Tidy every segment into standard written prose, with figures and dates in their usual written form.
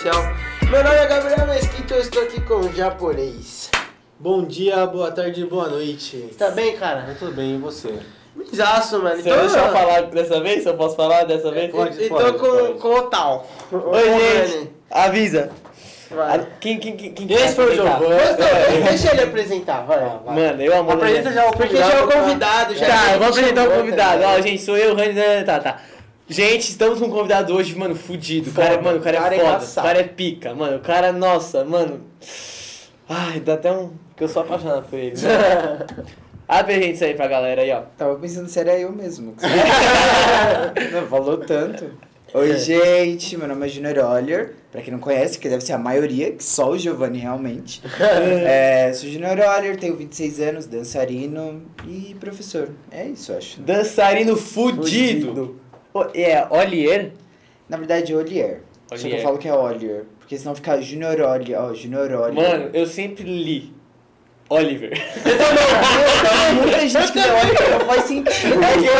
especial. Meu nome é Gabriel Mesquita e eu estou aqui com o japonês. Bom dia, boa tarde, boa noite. Tá bem, cara? Eu tô bem, e você? Misaço, mano. Você deixa eu falar dessa vez? Eu posso falar dessa vez? Pode. Com o tal. Oi, gente. Avisa. Vai. Quem Esse foi o Giovanni. Deixa ele apresentar, vai. Mano, eu amo. Apresenta já o Porque já é o convidado, já. Tá, eu vou apresentar o chegou, convidado. tá Ó, gente, sou eu, Rani. Tá. Gente, estamos com um convidado hoje, mano, fudido. O cara é cara é foda. embaçado. O cara é pica, mano. O cara, nossa, mano. Ai, dá até um. Que eu sou apaixonado por ele. Abre a gente isso aí pra galera aí, ó. Tava pensando se era eu mesmo. Não, falou tanto. Oi, gente, meu nome é Junior Olier. Pra quem não conhece, que deve ser a maioria, que só o Giovanni realmente. Sou Junior Olier, tenho 26 anos, dançarino e professor. É isso, eu acho. Dançarino fudido. É, Olier? Na verdade, é Olier. Só que eu Olier. falo que é Olier, porque senão fica Junior Olier. Ó, Junior Olier. Mano, eu sempre li Oliver. Muita gente que é Oliver, não faz sentido.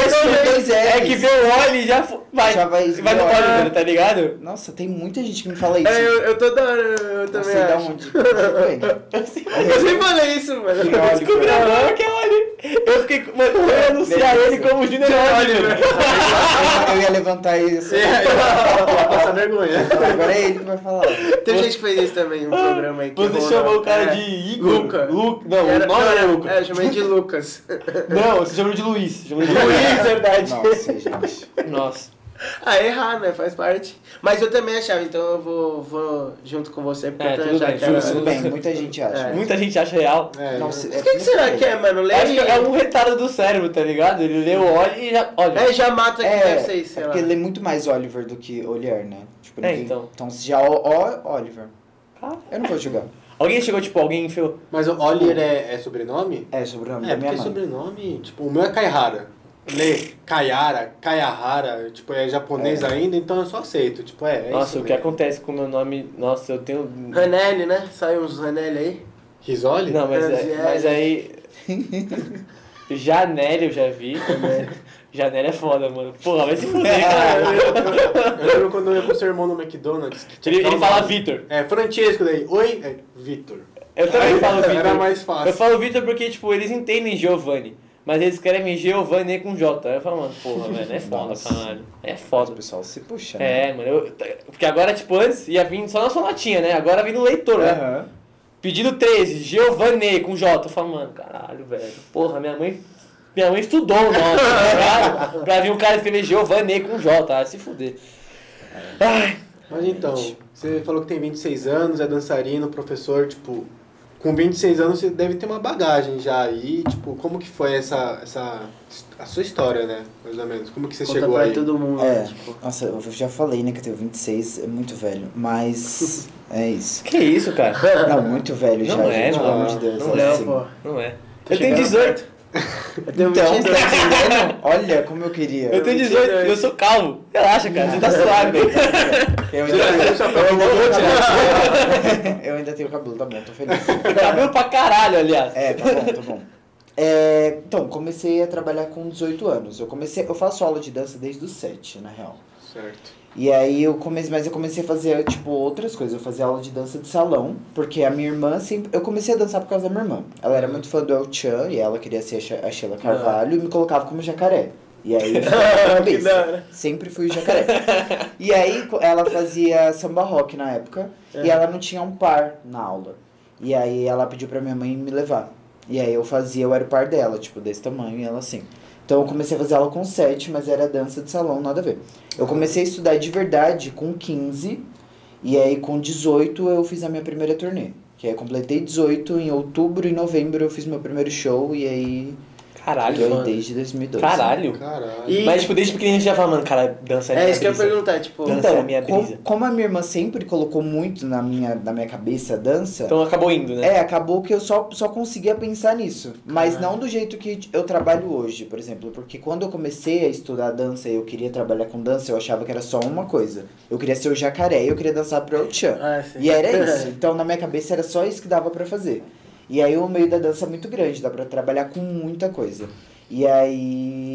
É que vê o Oli e já vai no Oliver, tá ligado? Nossa, tem muita gente que me fala isso. Eu toda hora, eu Não também sei de acho. onde. Tudo bem. Eu sempre falei isso, mano. Eu descobri agora que é Oli. Eu fiquei, mano, eu ia anunciar ele como Junior Oliver. Eu ia levantar isso. Vai passar vergonha. Agora é ele que vai falar. Teve gente que fez isso também, um programa aí. que Você rolou. chamou o cara É. de Igor. Luca. Não, o nome era Luca. É, eu chamei de Lucas. Não, você chamou de Luiz. Você chamou de Luiz, verdade. Nossa, gente. Nossa. Errar, né? Faz parte. Mas eu também achava, então eu vou junto com você, porque eu Tudo também já bem, quero... Tudo bem, muita gente acha. Muita gente acha real. Nossa, O que será que é, mano? Acho que é Lê um retardo do cérebro, tá ligado? Ele lê o Oli e já. Olha. já mata que deve ser isso, sei é lá. porque ele é muito mais Oliver do que Olier, né? Tipo, Então. Então se já Oliver. Eu não vou julgar. Alguém chegou, tipo, alguém enfiou. Mas o Olier é sobrenome? É sobrenome É, da minha porque mãe. sobrenome, tipo, o meu é Kaihara. Lê Kayara, Kayahara, tipo, é japonês ainda, então eu só aceito, tipo, é Nossa, isso o que mesmo. acontece com o meu nome. Nossa, eu tenho. Ranelli, né? Saiu uns Ranelli aí. Risoli? Não, mas aí. Janelle eu já vi. Janelle é foda, mano. Porra, vai se fuder, cara. Eu lembro quando eu ia pro seu irmão no McDonald's. que tinha que dar Ele um fala nome. Vitor. É, Francesco daí. Oi? É, Vitor. Eu também falo Vitor. Era mais fácil. Eu falo Vitor porque, tipo, eles entendem Giovanni. Mas eles escrevem Giovanni com J. Aí eu falo, mano, porra, velho, é foda, Nossa. caralho. É O foda. pessoal se puxa, né? É, mano, porque agora, tipo, antes ia vir só na sua notinha, né? Agora vem no leitor, né? Aham. Pedido 13, Giovanni com J. Eu falo, mano, caralho, velho. Porra, minha mãe estudou o nome, tá ligado? Pra vir um cara escrever Giovanni com J, se fuder. Ai, Mas então, você falou que tem 26 anos, é dançarino, professor, tipo, com 26 anos você deve ter uma bagagem já aí, tipo, como que foi a sua história, né, mais ou menos, como que você Conta chegou pra aí? todo mundo. É, Tipo. nossa, eu já falei, né, que eu tenho 26, é muito velho, mas é isso. que isso, cara? Não, muito velho já, Não é, gente, pelo mano. amor de Deus. Não é é, assim. pô. Não é. Tô Eu tenho chegando 18. perto. Eu tenho Então, 22. tá entendendo? Olha como eu queria. Eu tenho 18, eu sou calvo. Relaxa, cara, você tá suave, velho. Eu Você já ainda, tem o chapéu que eu vou tirar. eu ainda tenho cabelo, tá bom, tô feliz. Cabelo pra caralho, aliás. É, tá bom, tá bom. Então, comecei a trabalhar com 18 anos. Eu faço aula de dança desde os 7, na real. Certo. E aí eu comecei a fazer, tipo, outras coisas. Eu fazia aula de dança de salão, porque a minha irmã sempre... Eu comecei a dançar por causa da minha irmã. Ela era muito fã do El Chan, e ela queria ser a Sheila Carvalho, e me colocava como jacaré. E aí, eu ficava na cabeça. da hora. Sempre fui jacaré. E aí, ela fazia samba rock na época, e ela não tinha um par na aula. E aí, ela pediu pra minha mãe me levar. E aí, eu era o par dela, tipo, desse tamanho, e ela assim. Então, eu comecei a fazer aula com 7, mas era dança de salão, nada a ver. Eu comecei a estudar de verdade com 15, e aí, com 18, eu fiz a minha primeira turnê. Que aí, eu completei 18, em outubro e novembro eu fiz meu primeiro show, e aí... Caralho, eu mano. desde 2012. Caralho. Caralho. E- Mas, tipo, desde pequenininho você já fala, mano, cara, dança é É minha isso que eu ia brisa. perguntar, tipo... Dança Então, é a minha brisa. como a minha irmã sempre colocou muito na minha cabeça a dança, Então acabou indo, né? acabou que eu só conseguia pensar nisso. Mas não do jeito que eu trabalho hoje, por exemplo. Porque quando eu comecei a estudar dança e eu queria trabalhar com dança, eu achava que era só uma coisa. Eu queria ser o jacaré e eu queria dançar pro El Chan. sim. E era isso. Então, na minha cabeça, era só isso que dava pra fazer. E aí, o meio da dança é muito grande, dá pra trabalhar com muita coisa. E aí,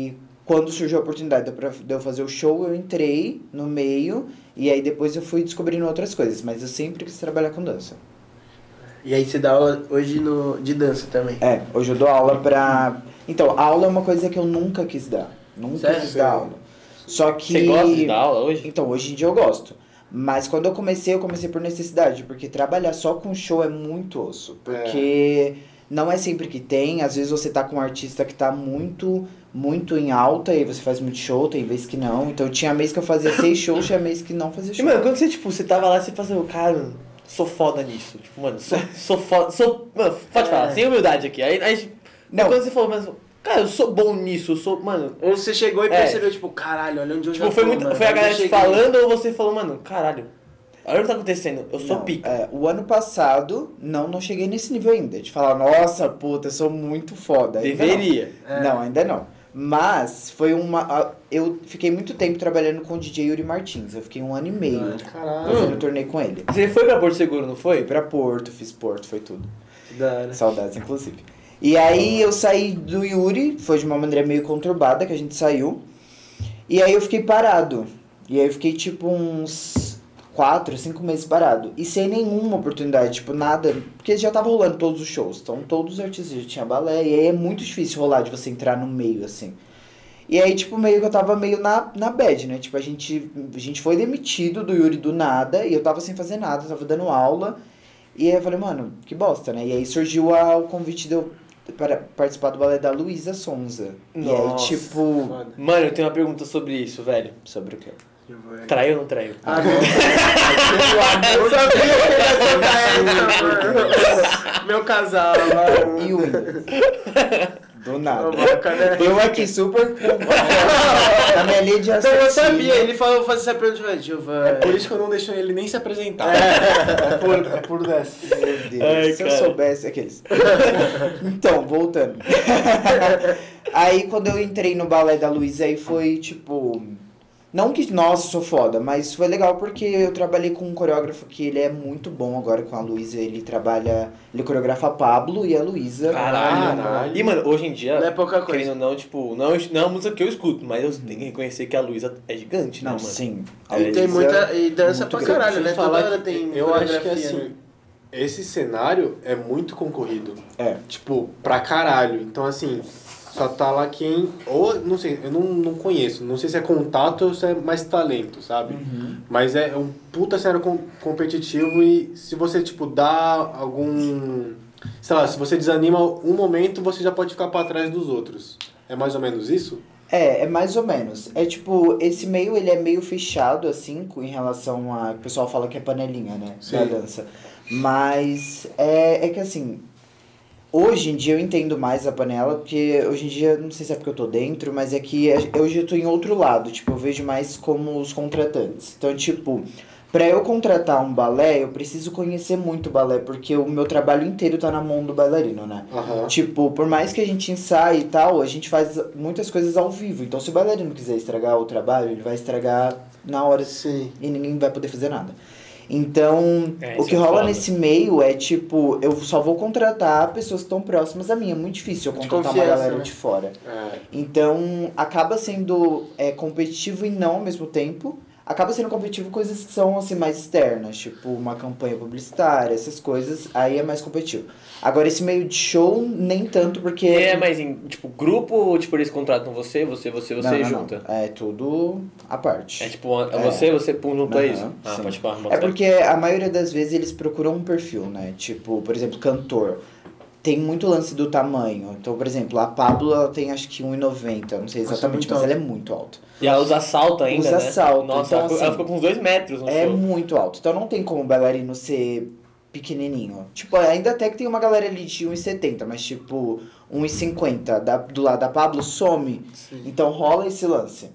quando surgiu a oportunidade de eu fazer o show, eu entrei no meio e aí depois eu fui descobrindo outras coisas, mas eu sempre quis trabalhar com dança. E aí você dá aula hoje de dança também. Hoje eu dou aula pra... Então, aula é uma coisa que eu nunca quis dar. Nunca Sério? quis dar aula. Só que... Você gosta de dar aula hoje? Então, hoje em dia eu gosto. Mas quando eu comecei por necessidade. Porque trabalhar só com show é muito osso. Porque não é sempre que tem. Às vezes você tá com um artista que tá muito em alta e você faz muito show, tem vez que não. Então tinha mês que eu fazia 6 shows, tinha mês que não fazia E, show. mano, quando você, tipo, você tava lá, você fazia, cara, mano, sou foda nisso. Tipo, mano, sou foda, mano, pode falar, sem humildade aqui. Aí Não. quando você falou, mas, cara, eu sou bom nisso, eu sou, mano... Ou você chegou e percebeu, tipo, caralho, olha onde eu já Tipo, tô, mano. foi a galera Onde eu te cheguei. falando ou você falou, mano, caralho, olha o que tá acontecendo, eu sou Não, pica. o ano passado, não cheguei nesse nível ainda. De falar, nossa, puta, eu sou muito foda. Ainda Deveria. Não, ainda não. Mas foi eu fiquei muito tempo trabalhando com o DJ Yuri Martins. Eu fiquei 1 ano e meio Caralho. fazendo turnê com ele. Você foi pra Porto Seguro, não Fui foi? pra Porto, fiz Porto, foi tudo. Da hora. Saudades, inclusive. E aí eu saí do Yuri, foi de uma maneira meio conturbada que a gente saiu. E aí eu fiquei parado. E aí eu fiquei tipo uns 4, 5 meses parado. E sem nenhuma oportunidade, tipo nada. Porque já tava rolando todos os shows. Então todos os artistas já tinha balé. E aí é muito difícil rolar de você entrar no meio, assim. E aí, tipo, meio que eu tava meio na bad, né? Tipo, a gente foi demitido do Yuri do nada. E eu tava sem fazer nada, eu tava dando aula. E aí eu falei, mano, que bosta, né? E aí surgiu o convite de eu para participar do balé da Luísa Sonza. E aí, Nossa, tipo... Foda. Mano, eu tenho uma pergunta sobre isso, velho. Sobre o quê? Traiu ou não traiu? Ah, não. Eu sabia que ele ia soltar essa, mano. Meu casal, mano. E o do nada. Ô, bacana. Eu aqui super... Na minha linha de Então raciocínio. eu sabia, ele falou, fazer essa pergunta, eu falei, Giovanni. É por isso que eu não deixo ele nem se apresentar. É por dessa. Meu Deus, Ai, se eu cara. soubesse aqueles. Então, voltando. Aí quando eu entrei no balé da Luísa, aí foi tipo... Não que, nossa, sou foda, mas foi legal porque eu trabalhei com um coreógrafo que ele é muito bom agora com a Luísa. Ele coreografa a Pablo e a Luísa. Caralho. E, mano, hoje em dia, Não é pouca coisa. querendo ou não, tipo, não é uma música que eu escuto, mas eu tenho que reconhecer que a Luísa é gigante, né, Não, mano? sim. E E tem Luísa muita. E dança muito pra grande. caralho, né? Sem Toda falar hora que tem. eu acho que coreografia, assim, né? esse cenário é muito concorrido. É. Tipo, pra caralho. Então, assim, só tá lá quem... Ou, não sei, eu não conheço. Não sei se é contato ou se é mais talento, sabe? Mas é um puta cenário competitivo e se você, tipo, dá algum... Sei lá, se você desanima um momento, você já pode ficar pra trás dos outros. É mais ou menos isso? É mais ou menos. É tipo, esse meio, ele é meio fechado, assim, em relação a... O pessoal fala que é panelinha, né? Da Sim. dança. Mas é que, assim... Hoje em dia eu entendo mais a panela, porque hoje em dia, não sei se é porque eu tô dentro, mas é que hoje eu tô em outro lado. Tipo, eu vejo mais como os contratantes. Então, tipo... Pra eu contratar um balé, eu preciso conhecer muito balé, porque o meu trabalho inteiro tá na mão do bailarino, né? Aham. Tipo, por mais que a gente ensaie e tal, a gente faz muitas coisas ao vivo. Então, se o bailarino quiser estragar o trabalho, ele vai estragar na hora Sim. e ninguém vai poder fazer nada. Então, o isso que é rola foda. nesse meio é, tipo, eu só vou contratar pessoas que estão próximas a mim. É muito difícil eu De contratar uma confiança, galera né? de fora. É. Então, acaba sendo competitivo e não ao mesmo tempo. Acaba sendo competitivo coisas que são, assim, mais externas. Tipo, uma campanha publicitária, essas coisas. Aí é mais competitivo. Agora, esse meio de show, nem tanto, porque... Mas em, tipo, grupo ou, tipo, eles contratam você Não, junta? não. É tudo à parte. É tipo, você pum, junto a Aham, isso? Ah, sim. pode falar. É porque a maioria das vezes eles procuram um perfil, né? Tipo, por exemplo, cantor. Tem muito lance do tamanho. Então, por exemplo, a Pablo, ela tem acho que 1,90. Não sei exatamente, muito mas alta. ela é muito alta. E ela usa salto ainda, Usa né? salto, Nossa, então, ela assim, ficou com uns 2 metros no É show. muito alto. Então não tem como o bailarino ser pequenininho. Tipo, ainda até que tem uma galera ali de 1,70, mas tipo, 1,50 do lado da Pablo some. Sim. Então rola esse lance.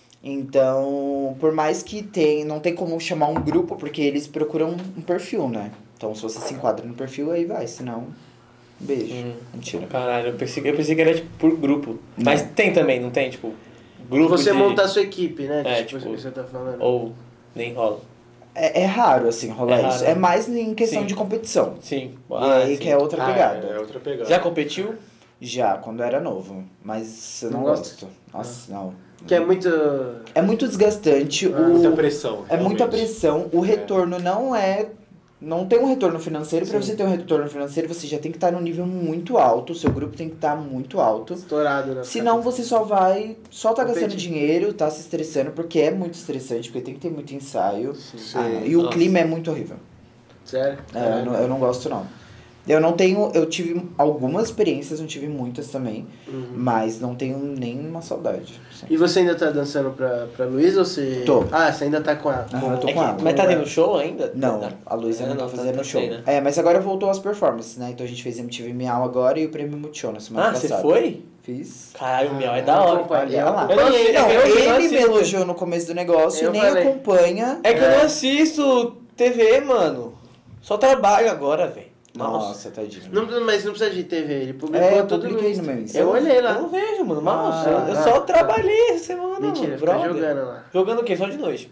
Então, por mais que não tem como chamar um grupo, porque eles procuram um perfil, né? Então, se você se enquadra no perfil, aí vai, senão, beijo. Mentira. Caralho, eu pensei que era, tipo, por grupo. Mas tem também, não tem? Tipo, grupo Você de... monta a sua equipe, né? É, tipo, tipo, o que você tá falando. Ou nem rola. É raro, assim, rolar É isso. raro. É mais em questão Sim. de competição. Sim. E aí sim. que é outra pegada. É outra pegada. Já competiu? Já, quando eu era novo. Mas eu não Não gosto. Nossa, não. Que é muito... É muito desgastante. Muita pressão. É muita realmente. pressão. O retorno não é... Não tem um retorno financeiro. Pra Sim. você ter um retorno financeiro, você já tem que estar num nível muito alto. O seu grupo tem que estar muito alto. Estourado, né? Senão você só tá gastando Competir. dinheiro, tá se estressando, porque é muito estressante, porque tem que ter muito ensaio. Sim. E o Nossa. clima é muito horrível. Sério? Eu não gosto, não. Eu tive algumas experiências, não tive muitas também, mas não tenho nenhuma saudade. Assim. E você ainda tá dançando pra Luísa ou você... Tô. Ah, você ainda tá com ela? Aham, eu tô É com que- ela. mas tá tendo show ainda? Não, a Luísa não tá fazendo show. sem, né? É, mas agora voltou às performances, né? Então a gente fez MTV Miau agora e o Prêmio Multishow na semana Ah, você passada. foi? Fiz. Caralho, o Miau é da hora. Olha lá. Eu não sei, Não, é que eu não ele me assisto. elogiou no começo do negócio Eu e nem falei. acompanha. É que eu não assisto TV, mano. Só trabalho agora, velho. Nossa, tadinho. Mas não precisa de TV, ele publicou Eu tudo publiquei Insta. no meu Insta. Eu olhei Eu lá. não vejo, mano. Mas Ah, eu só trabalhei essa semana, Mentira, mano. fica brother. jogando lá. Jogando o quê? Só de noite.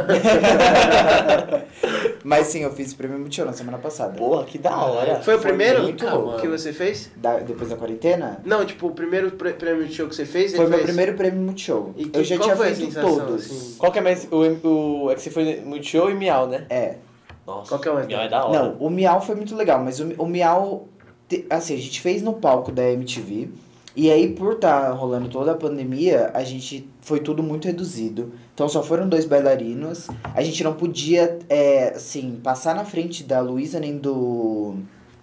Mas sim, eu fiz o Prêmio Multishow na semana passada. Porra, que da hora. Foi o primeiro muito bom. que você fez? Depois da quarentena? Não, tipo, o primeiro prêmio de show que você fez? Foi ele meu fez? primeiro Prêmio Multishow. E Eu já qual tinha foi a feito sensação, todos. assim? Qual que é mais... É que você foi muito show e Miau, né? É. Nossa, Qual que é o mais Miau é da da hora. Não, o Miau foi muito legal, mas o Miau... Assim, a gente fez no palco da MTV. E aí, por estar rolando toda a pandemia, foi tudo muito reduzido. Então, só foram 2 bailarinos. A gente não podia, assim, passar na frente da Luísa nem do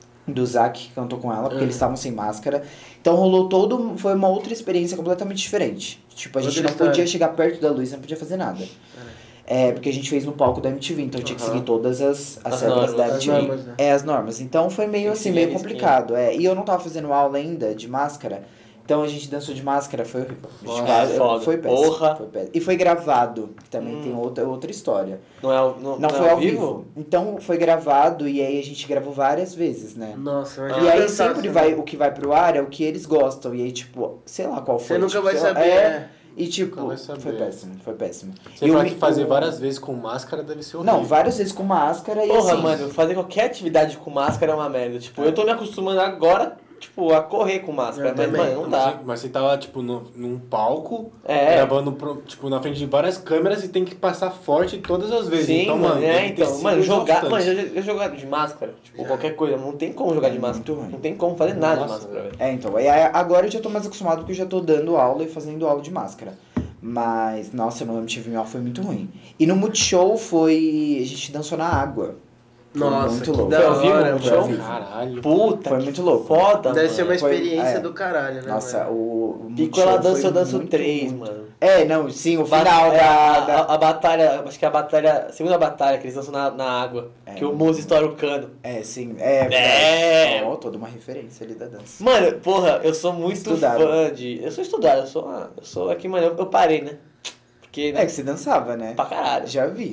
Zac, que cantou com ela, porque eles estavam sem máscara. Então, foi uma outra experiência completamente diferente. Tipo, a gente Outra não podia história. chegar perto da Luísa, não podia fazer nada. Porque a gente fez no palco da MTV, então tinha que seguir todas as regras normas. da As MTV. normas, né? As normas. Então foi meio Tem que assim, seguir meio a risquinha. complicado. E eu não tava fazendo aula ainda de máscara, então a gente dançou de máscara, foi horrível. A gente Nossa, quase- foda. Foi péssimo. Porra. Foi péssimo. E foi gravado, que também tem outra história. Não é Não foi ao vivo? Então foi gravado e aí a gente gravou várias vezes, né? Nossa, mas E aí sempre o que vai pro ar é o que eles gostam. E aí, tipo, sei lá qual foi. Você nunca tipo, vai sei lá, saber. E tipo, Nunca vai saber. foi péssimo. Você E fala o- que fazer o- várias vezes com máscara deve ser horrível. Não, várias vezes com máscara e Porra, assim... mano, fazer qualquer atividade com máscara é uma merda. Tipo, eu tô me acostumando agora, tipo, a correr com máscara. Eu Mas, também. mano, não dá. Mas você tava, tipo, num palco, É. gravando, tipo, na frente de várias câmeras e tem que passar forte todas as vezes. Sim, então, mano, deve ter sido mano, jogar, exaustante. mano, eu jogar de máscara, tipo, qualquer coisa, não tem como jogar de É máscara, muito ruim. não tem como fazer nada de Nossa, máscara, velho. Então, e aí, agora eu já tô mais acostumado porque eu já tô dando aula e fazendo aula de máscara. Mas, nossa, no MTV Miau foi muito ruim. E no Multishow a gente dançou na água. Foi Nossa, muito que louco. da Foi ao vivo, hora, no Foi ao show? vivo. Caralho. Puta, Foi que muito louco. foda, Deve ser uma mano. Foi- experiência do caralho, né? Nossa, mano? o Pico Multishow ela dança, foi eu danço muito, 3, muito- mano. Não, sim, o Ba- final é, da... a batalha, acho que é a batalha, a segunda batalha que eles dançam na água, que o Moço estoura o cano. Sim, É. toda uma referência ali da dança. Mano, porra, eu sou muito Estudado. fã de... Eu sou estudado, eu sou aqui, mano, eu parei, né? Porque, né, Que você dançava, né? pra caralho. Já vi.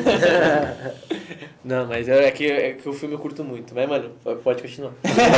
Não, mas é que o filme eu curto muito. Mas, mano, pode continuar.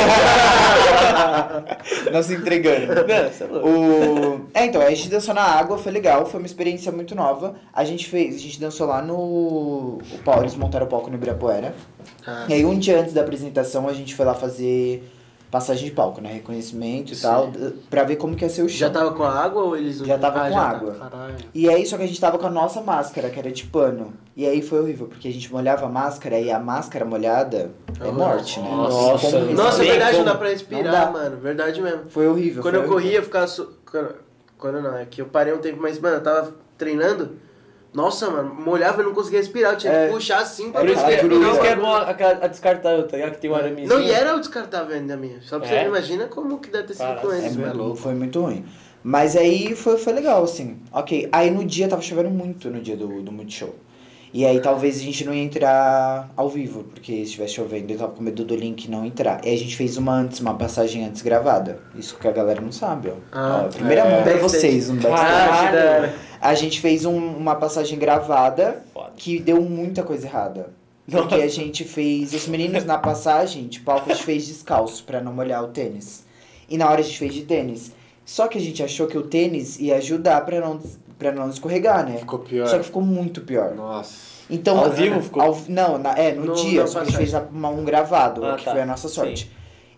Não se entregando. Não, você é louco. Então, a gente dançou na água, foi legal, foi uma experiência muito nova. A gente dançou lá eles montaram o palco no Ibirapuera. Ah, E aí, um dia antes da apresentação, a gente foi lá fazer passagem de palco, né? Reconhecimento e Sim. tal, pra ver como que ia ser o show. já tava com a água ou eles... Já tava com já água. Caralho. E aí, só que a gente tava com a nossa máscara, que era de pano. E aí foi horrível, porque a gente molhava a máscara e a máscara molhada é morte, né? Nossa, Não tem como nossa, Nossa, Tem verdade, não como. dá pra respirar, Não dá. mano. Verdade mesmo. Foi horrível. Quando foi eu horrível. corria, eu ficava... Quando não, é que eu parei um tempo, mas, mano, eu tava treinando. Nossa, mano, molhava e não conseguia respirar. Eu tinha que puxar assim pra Por isso, conseguir por isso respirar. que é bom a descartável, tá ligado? Que tem um aramezinho. Não, e era o descartável ainda minha. Só pra você É? ver, imagina como que deve ter sido Caralho, com eles, mano. Foi muito ruim. Mas aí foi legal, assim. Ok. Aí no dia tava chovendo muito no dia do Multishow. E aí talvez a gente não ia entrar ao vivo, porque se estivesse chovendo eu tava com medo do link não entrar. E aí a gente fez uma passagem antes gravada. Isso que a galera não sabe, ó. Ah, Ó, primeira mão pra backstage. vocês, um backstage. Caralho, da hora. A gente fez uma passagem gravada Foda. que deu muita coisa errada. Porque a gente fez... Os meninos na passagem de palco a gente fez descalço pra não molhar o tênis. E na hora a gente fez de tênis. Só que a gente achou que o tênis ia ajudar pra não escorregar, né? Ficou pior. Só que ficou muito pior. Nossa. Então, Ao vivo ficou? Não, no No- dia, na só que a gente passagem. fez um gravado, Ah, que tá. foi a nossa sorte. Sim.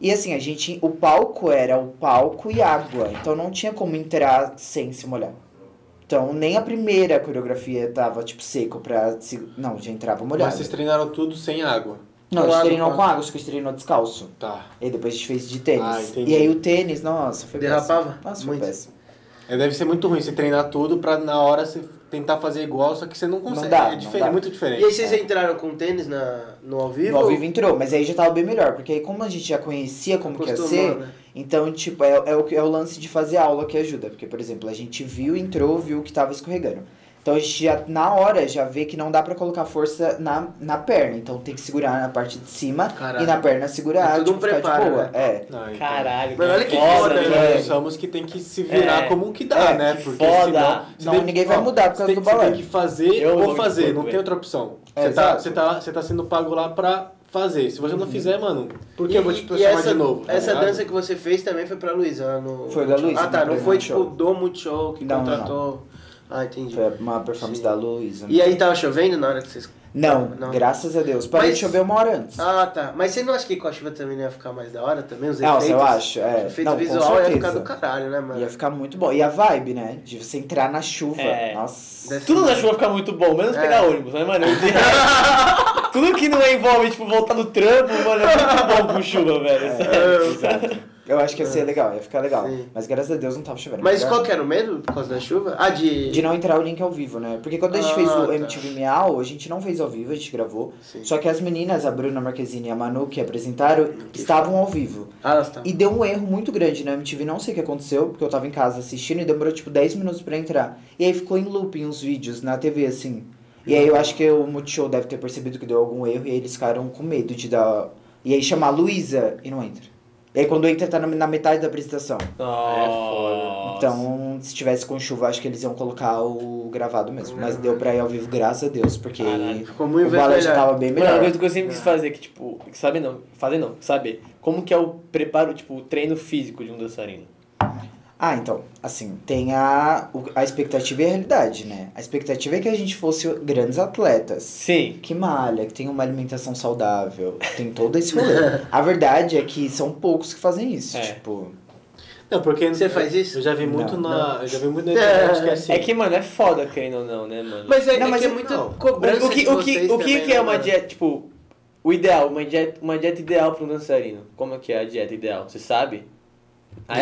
E assim, o palco era o palco e água. Então não tinha como entrar sem se molhar. Então nem a primeira coreografia tava, tipo, seco pra... Não, já entrava molhado. Mas vocês treinaram tudo sem água. Não, a Com gente água, treinou com com água, só que a gente treinou descalço. Tá. E depois a gente fez de tênis. Ah, entendi. E aí o tênis, nossa, foi Derrapava? péssimo. Nossa, foi Muito. péssimo. Deve ser muito ruim você treinar tudo pra na hora você tentar fazer igual, só que você não consegue. dá, é não diferente, dá. muito diferente. E aí vocês entraram com tênis no ao vivo? No ao vivo entrou, mas aí já tava bem melhor, porque aí como a gente já conhecia como que ia Acostumou, ser, né? então, tipo, é o lance de fazer aula que ajuda. Porque, por exemplo, a gente viu que tava escorregando. Então a gente já, na hora, já vê que não dá pra colocar força na perna. Então tem que segurar na parte de cima Caralho. e na perna segurar, É tudo um ficar preparo, de boa. né? É. Não, então. Caralho, Mas olha que foda, foda, né? né? Nós somos que tem que se virar É. como que dá, É, né? que Porque foda. senão... você Não, tem que- ninguém vai mudar por causa do balé. Você tem que fazer Eu ou vou fazer, de não corpo, tem velho. outra opção. É, exato. Você tá sendo pago lá pra fazer. Se você não fizer, mano, por que eu vou te E chamar essa, de novo? tá essa ligado? dança que você fez também foi pra Luísa? Foi da Luísa, Ah, tá. no Não foi Multishow. tipo do Multishow que Não, não, contratou. Ah, entendi. Foi uma performance Sim. da Luísa. E aí tava chovendo na hora que vocês... Não, Não. graças a Deus. Parei Mas- de chover uma hora antes. Ah, tá. Mas você não acha que com a chuva também não ia ficar mais da hora também? Os Nossa, efeitos? eu acho, é. O efeito Não, com visual ia certeza. ficar do caralho, né, mano? Ia ficar muito bom. E a vibe, né? De você entrar na chuva. É. Nossa. Deve Tudo ser- na chuva fica muito bom, menos É. pegar ônibus, né, mano? Tudo que não envolve, tipo, voltar do trampo, mano, é muito bom com chuva, velho. É, exato. Eu acho que ia ser legal, ia ficar legal. Sim. Mas graças a Deus não tava chovendo. Mas Melhor qual que era o medo por causa da chuva? Ah, de não entrar o link ao vivo, né? Porque quando a gente fez Ah, o tá. MTV Miau, a gente não fez ao vivo, a gente gravou. Sim. Só que as meninas, a Bruna Marquezine e a Manu, que apresentaram, estavam ao vivo. Ah, elas estavam. E deu um erro muito grande na MTV, não sei o que aconteceu, porque eu tava em casa assistindo e demorou tipo 10 minutos pra entrar. E aí ficou em looping uns vídeos na TV, assim. E aí eu acho que o Multishow deve ter percebido que deu algum erro e aí eles ficaram com medo de dar... E aí chamar a Luísa e não entra. E aí quando entra tá na metade da apresentação. Nossa. Então, se tivesse com chuva, acho que eles iam colocar o gravado mesmo. Mas deu pra ir ao vivo, graças a Deus, porque Caralho. Ficou muito o balé já melhor. tava bem Mano, uma melhor. coisa que eu sempre quis fazer, que, tipo, saber como que é o preparo, tipo, o treino físico de um dançarino. Ah, então, assim, tem a expectativa e a realidade, né? A expectativa é que a gente fosse grandes atletas. Sim. Que malha, que tem uma alimentação saudável, tem todo esse rolê. A verdade é que são poucos que fazem isso, É. tipo... Não, porque Você faz isso? Eu já vi muito Não, eu já vi muito na internet que é assim. É que, mano, é foda, querendo ou não, né, mano? Mas é, Não, é mas que é eu- muita não. cobrança O que de vocês que também, é né, uma mano? dieta, tipo, o ideal, uma dieta ideal para um dançarino? Como é que é a dieta ideal? Você sabe? Ah,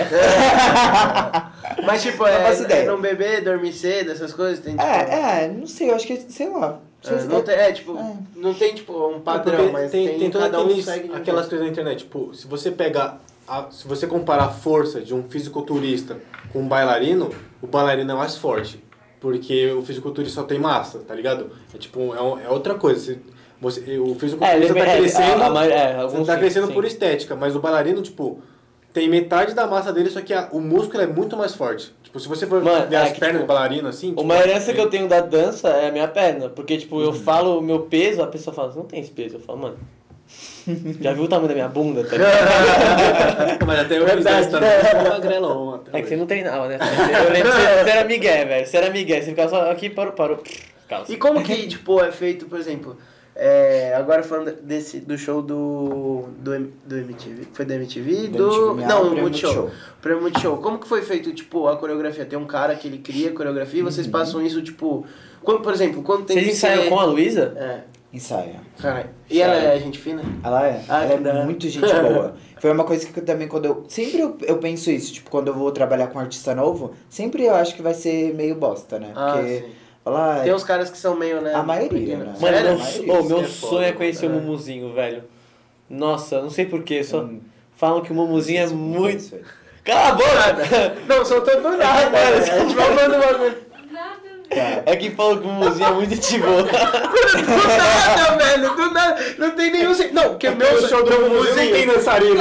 é? Mas tipo, Não faço é ideia. não beber, dormir cedo, essas coisas, tem tipo... Não sei, eu acho que, sei lá. não tem, tipo, não tem tipo um padrão, Porque mas tem todo cada um aqueles, segue de um aquelas jeito. coisas na internet, tipo, se você pegar, se você comparar a força de um fisiculturista com um bailarino, o bailarino é mais forte, porque o fisiculturista só tem massa, tá ligado? É tipo, é outra coisa, o fisiculturista tá crescendo, alguns tá sim, crescendo sim. por estética, mas o bailarino, tipo, tem metade da massa dele, só que o músculo é muito mais forte. Tipo, se você for Mano, ver as que, pernas tipo, do bailarino, assim... Uma herança que eu tenho da dança é a minha perna. Porque, tipo, eu falo o meu peso, a pessoa fala, você não tem esse peso. Eu falo, mano, já viu o tamanho da minha bunda? Tá ligado? Mas até eu fiz Verdade, essa também, eu sou magrelão até É que hoje. você não treinava, né? Eu lembro que você era migué, velho. Você era migué. Você ficava só aqui, parou. Calça. E como que, tipo, é feito, por exemplo, agora falando do show do MTV, foi da MTV? Do MTV, não, o do Prêmio Multishow. Prêmio Multishow. Como que foi feito, tipo, a coreografia? Tem um cara que ele cria a coreografia e vocês passam isso, tipo... Quando, por exemplo, quando tem Vocês que ensaiam ser... com a Luísa? É. Ensaia. Caralho. E ela é gente fina? Ela é. Ah, ela que da é hora. muito gente boa. Foi uma coisa que eu também, quando eu... Sempre eu penso isso, tipo, quando eu vou trabalhar com um artista novo, sempre eu acho que vai ser meio bosta, né? Ah, Porque... sim. Fala, Tem uns caras que são meio, né? A maioria, né? Mano, Sério? meu Isso que é sonho é foda, conhecer o né? Mumuzinho, velho. Nossa, não sei porquê, só falam que o Mumuzinho é muito... Cala a boca! Não, soltou do nada, Mano, a gente vai falando o bagulho. É que falam que o Mumuzinho é muito de boa. Do nada, velho, do nada. Não tem nenhum... Não, porque meu show do Não tem dançarino.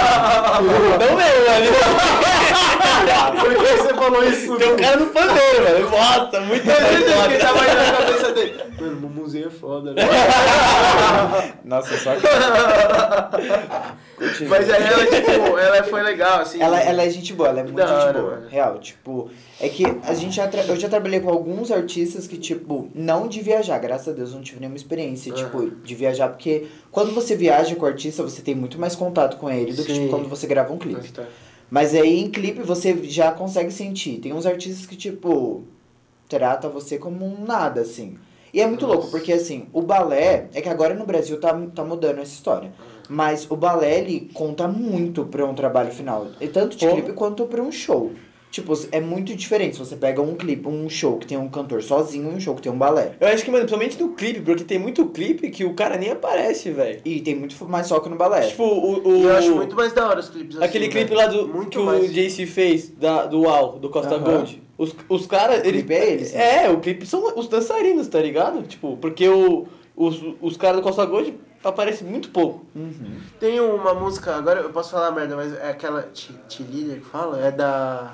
Não mesmo, velho. Por que você falou isso? Tem um cara no pandeiro, velho. Nossa, muito Eu sei que foda. tava aí na cabeça dele. Mano, o Mumuzinho é foda, né? Nossa, só que... Exatamente. Mas aí ela, tipo, ela foi legal, assim. Ela é gente boa, ela é muito Da hora, gente boa, mano. real, tipo, é que a gente eu já trabalhei com alguns artistas que, tipo, não de viajar, graças a Deus não tive nenhuma experiência, tipo, de viajar, porque quando você viaja com o artista, você tem muito mais contato com ele do que, Sim. tipo, quando você grava um clipe. Tá. Mas aí em clipe você já consegue sentir, tem uns artistas que, tipo, trata você como um nada, assim. E é muito louco, porque assim, o balé, é que agora no Brasil tá mudando essa história. Mas o balé, ele conta muito pra um trabalho final. E tanto de clipe quanto pra um show. Tipo, é muito diferente se você pega um clipe, um show que tem um cantor sozinho e um show que tem um balé. Eu acho que, mano, principalmente no clipe, porque tem muito clipe que o cara nem aparece, velho. E tem muito mais foco no balé. Tipo, E eu acho muito mais da hora os clipes assim. aquele clipe velho. lá do Muito que mais. o JC fez, do UAU, do Costa Aham. Gold. Os caras, eles... clipe é eles, né? É, o clipe são os dançarinos, tá ligado? Tipo, porque os caras do Costa Gold aparecem muito pouco. Tem uma música, agora eu posso falar merda, mas é aquela Tilília que fala, é da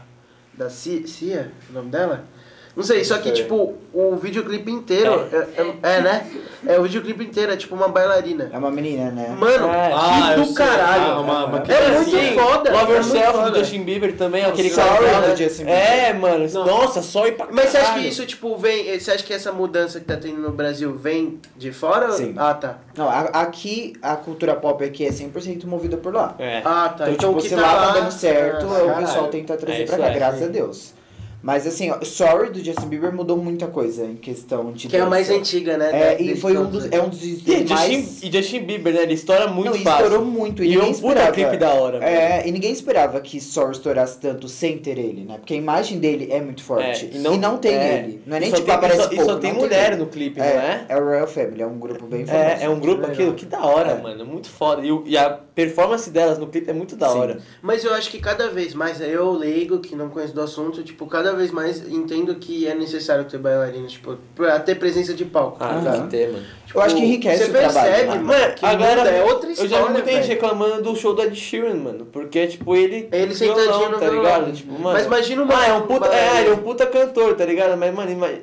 Cia, o nome dela? Não sei, só que tipo, o videoclipe inteiro, né? O videoclipe inteiro é tipo uma bailarina. É uma menina, né? Mano, É. que eu do sei. caralho. É muito Sim, foda. Love é muito Yourself foda. do Justin Bieber também, aquele Sorry cara. do Justin Bieber. É, mano, nossa, só ir pra Mas você acha que caralho. isso, tipo, vem... Você acha que essa mudança que tá tendo no Brasil vem de fora? Sim. Ah, tá. Não, aqui, a cultura pop aqui é 100% movida por lá. É. Ah, tá. Então, tipo, o que se tá lá tá dando certo, Ah, o pessoal tenta trazer É, pra isso cá, é, graças sim. a Deus. Mas assim, ó, Sorry do Justin Bieber mudou muita coisa em questão de que é a dança. mais antiga, né? É, de e foi um todos, dos, né? é um dos E mais... Justin Bieber, né? Ele estoura muito Não, fácil. estourou muito. E E é ninguém um puta esperava. clipe da hora. É, e ninguém esperava que Sorry estourasse tanto sem ter ele, né? Porque a imagem dele é muito forte. É, e não tem ele. Não é nem e só tipo, tem, aparece e pouco. só tem não mulher ele. no clipe, não é? É o Royal Family, é um grupo bem famoso. É um grupo legal. aquilo, que da hora, É. mano. Muito foda. E a performance delas no clipe é muito da Sim. hora. Mas eu acho que cada vez mais, eu leigo, que não conheço do assunto, tipo, cada vez mais entendo que é necessário ter bailarina, tipo, pra ter presença de palco. Ah, Aham. tem que ter, mano. Tipo, Eu acho que enriquece você o trabalho, percebe, né? mano, que Agora, muda, é outra eu história, já vi muita gente velho. reclamando do show do Ed Sheeran, mano. Porque, tipo, ele sentadinho no tá violão. ligado? Tipo, mano, Mas imagina uma... ele é um puta cantor, tá ligado? Mas, mano, o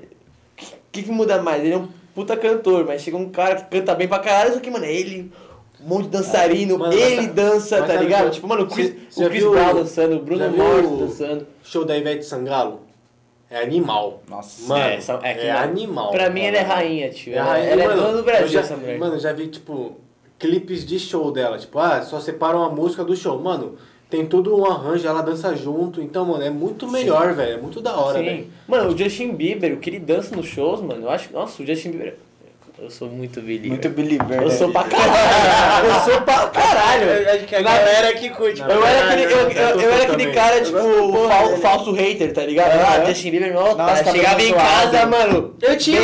que muda mais? Ele é um puta cantor, mas chega um cara que canta bem pra caralho, só que, mano, ele... Um monte de dançarino, Mano, ele mas dança, mas tá sabe ligado? que- Tipo, mano, o Chris já viu- Brown dançando, o Bruno já viu Mars o- dançando. Show da Ivete Sangalo? É animal. Nossa. Mano, que é não. animal. Pra mim, mano. ela é rainha, tio. É a rainha, Ela é mano, dona do Brasil, eu já, essa mulher. Mano, eu já vi, tipo, clipes de show dela. Tipo, só separam a música do show. Mano, tem todo um arranjo, ela dança junto. Então, mano, é muito melhor, velho. É muito da hora, velho. Sim. Mano, o Justin Bieber, o que ele dança nos shows, mano, eu acho... Nossa, o Justin Bieber... Eu sou muito believer. Muito believer, Eu né? sou pra caralho. Eu sou pra caralho. Acho que a galera que curte. Eu era aquele cara, tipo, falso hater, tá ligado? Aham. Justin Bieber, nossa, Nossa, chegava em cabelo casa, suave. mano. Eu tinha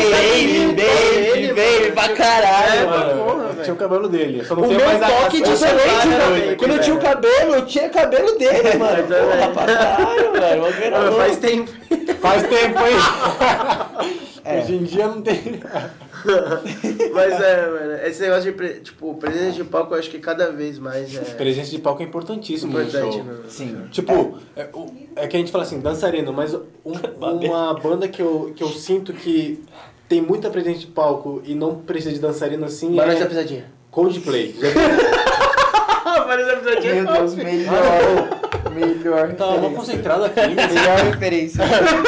Baby, pra caralho, Mano, porra, eu velho. tinha o cabelo dele. Eu só não O tenho meu mais a toque a- diferente, cara, mano. velho, Quando eu tinha o velho. cabelo, eu tinha cabelo dele, mano. Porra, pra caralho, velho. Uma grana Faz tempo. Faz tempo, hein? Hoje em dia não tem... Mas mano, esse negócio de, tipo, presença de palco eu acho que cada vez mais é Presença de palco é importantíssimo no importante, show. mano. Sim. Tipo, é que a gente fala assim, dançarino, mas uma banda que eu sinto que tem muita presença de palco e não precisa de dançarino assim Barões da é Pisadinha. Coldplay. Já viu? Barões da Pisadinha. Meu Deus, melhor Tava mal referência. concentrado aqui. Melhor referência.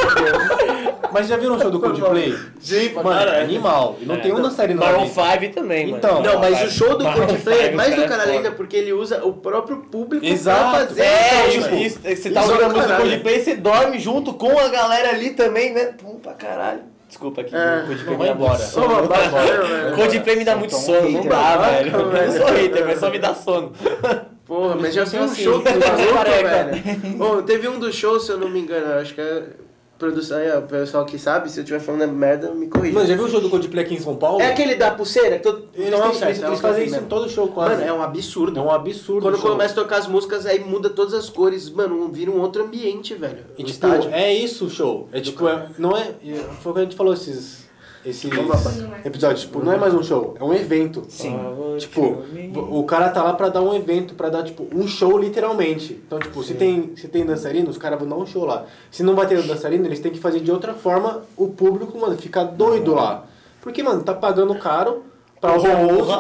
Mas já viram o show do Coldplay? Sim, Mano, é animal. E não tem um dançarino lá Maroon dentro. 5 também, mano. Então. Não, mas o show do Maroon Coldplay é 5, mais do cara, é caralho foda. ainda porque ele usa o próprio público Exato. pra fazer. É, o show, tipo, tipo, você tá isso ouvindo é a música do caralho. Coldplay, você dorme junto com a galera ali também, né? Pum, pra caralho. Desculpa aqui, o Coldplay me dá muito embora. sono. Ô, babaca, velho. Coldplay me dá muito Tom sono, não hater. dá, Babaca, velho. Eu velho. não sou hater, mas só me dá sono. Porra, mas já viu um assim, show do maluco, careca. velho? Bom, teve um do show, se eu não me engano, acho que é produção aí, ó, o pessoal que sabe, se eu estiver falando merda, me corrija. Mano, já viu o show do Coldplay aqui em São Paulo? É aquele da pulseira? Que todo... Eles, Não, têm- certo, eles é uma fazem coisa isso em mesmo. todo show quase. Mano, é um absurdo. É um absurdo. Quando o show. começa a tocar as músicas, aí muda todas as cores. Mano, vira um outro ambiente, velho. E, O tipo, estádio. é isso o show. É tipo, não é. Foi o que a gente falou esses episódios. Tipo, não é mais um show, é um evento. Sim. Tipo, o cara tá lá pra dar um evento, pra dar, tipo, um show literalmente. Então, tipo, se tem dançarino, os caras vão dar um show lá. Se não vai ter dançarino, eles têm que fazer de outra forma o público, mano, ficar doido lá. Porque, mano, tá pagando caro pra ouvir a música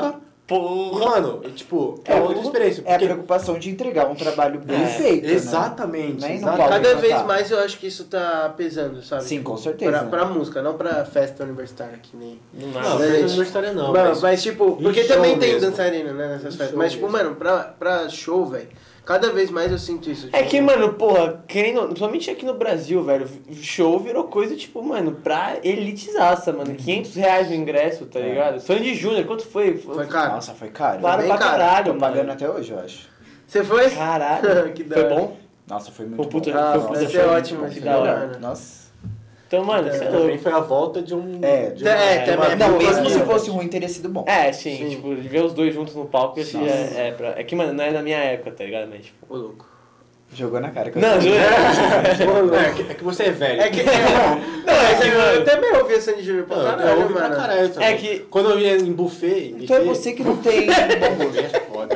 Porra! Mano, tipo, é outra experiência. É a porque- preocupação de entregar um trabalho bem feito, né? Exatamente. Nem no exatamente. palco. Cada vez cantar. mais eu acho que isso tá pesando, sabe? Sim, Tipo, com certeza. Pra música, não pra festa universitária, que nem... Não Não, nada. festa gente. universitária não. Mas tipo, porque em também show tem mesmo. dançarina, né, nessas Em festas. show Mas tipo, mesmo. mano, pra show, velho, cada vez mais eu sinto isso. É tipo, que, mano, porra, principalmente aqui no Brasil, velho, show virou coisa, tipo, mano, pra elitizaça, mano. R$500 no ingresso, tá ligado? Sandy Júnior, quanto foi? Foi caro. Nossa, foi caro. Claro bem pra caro. caralho, Tô pagando mano. até hoje, eu acho. Você foi? Caralho. Que da Foi hora. bom? Nossa, foi muito Pô, puta, bom. Ah, foi deve puta ser show, ótimo, muito que bom, da da hora. hora. Nossa. Então, mano, você é Também louco. foi a volta de um... É, de também. Não, mesmo aqui, se né? fosse ruim, teria sido bom. É, sim, Sim. tipo, de ver os dois juntos no palco, acho que Nossa. é que, mano, não é da minha época, tá ligado? Mas, tipo... Ô, louco. Jogou na cara. Que eu Não, tô- juro. É que você é velho. É que... Não, é que, eu mano... também ouvi a Sandy Júnior pra Não, eu caralho, ouvi pra mano. caralho também. É que- Quando eu ia em buffet... Então é você que não tem bom gosto. É foda.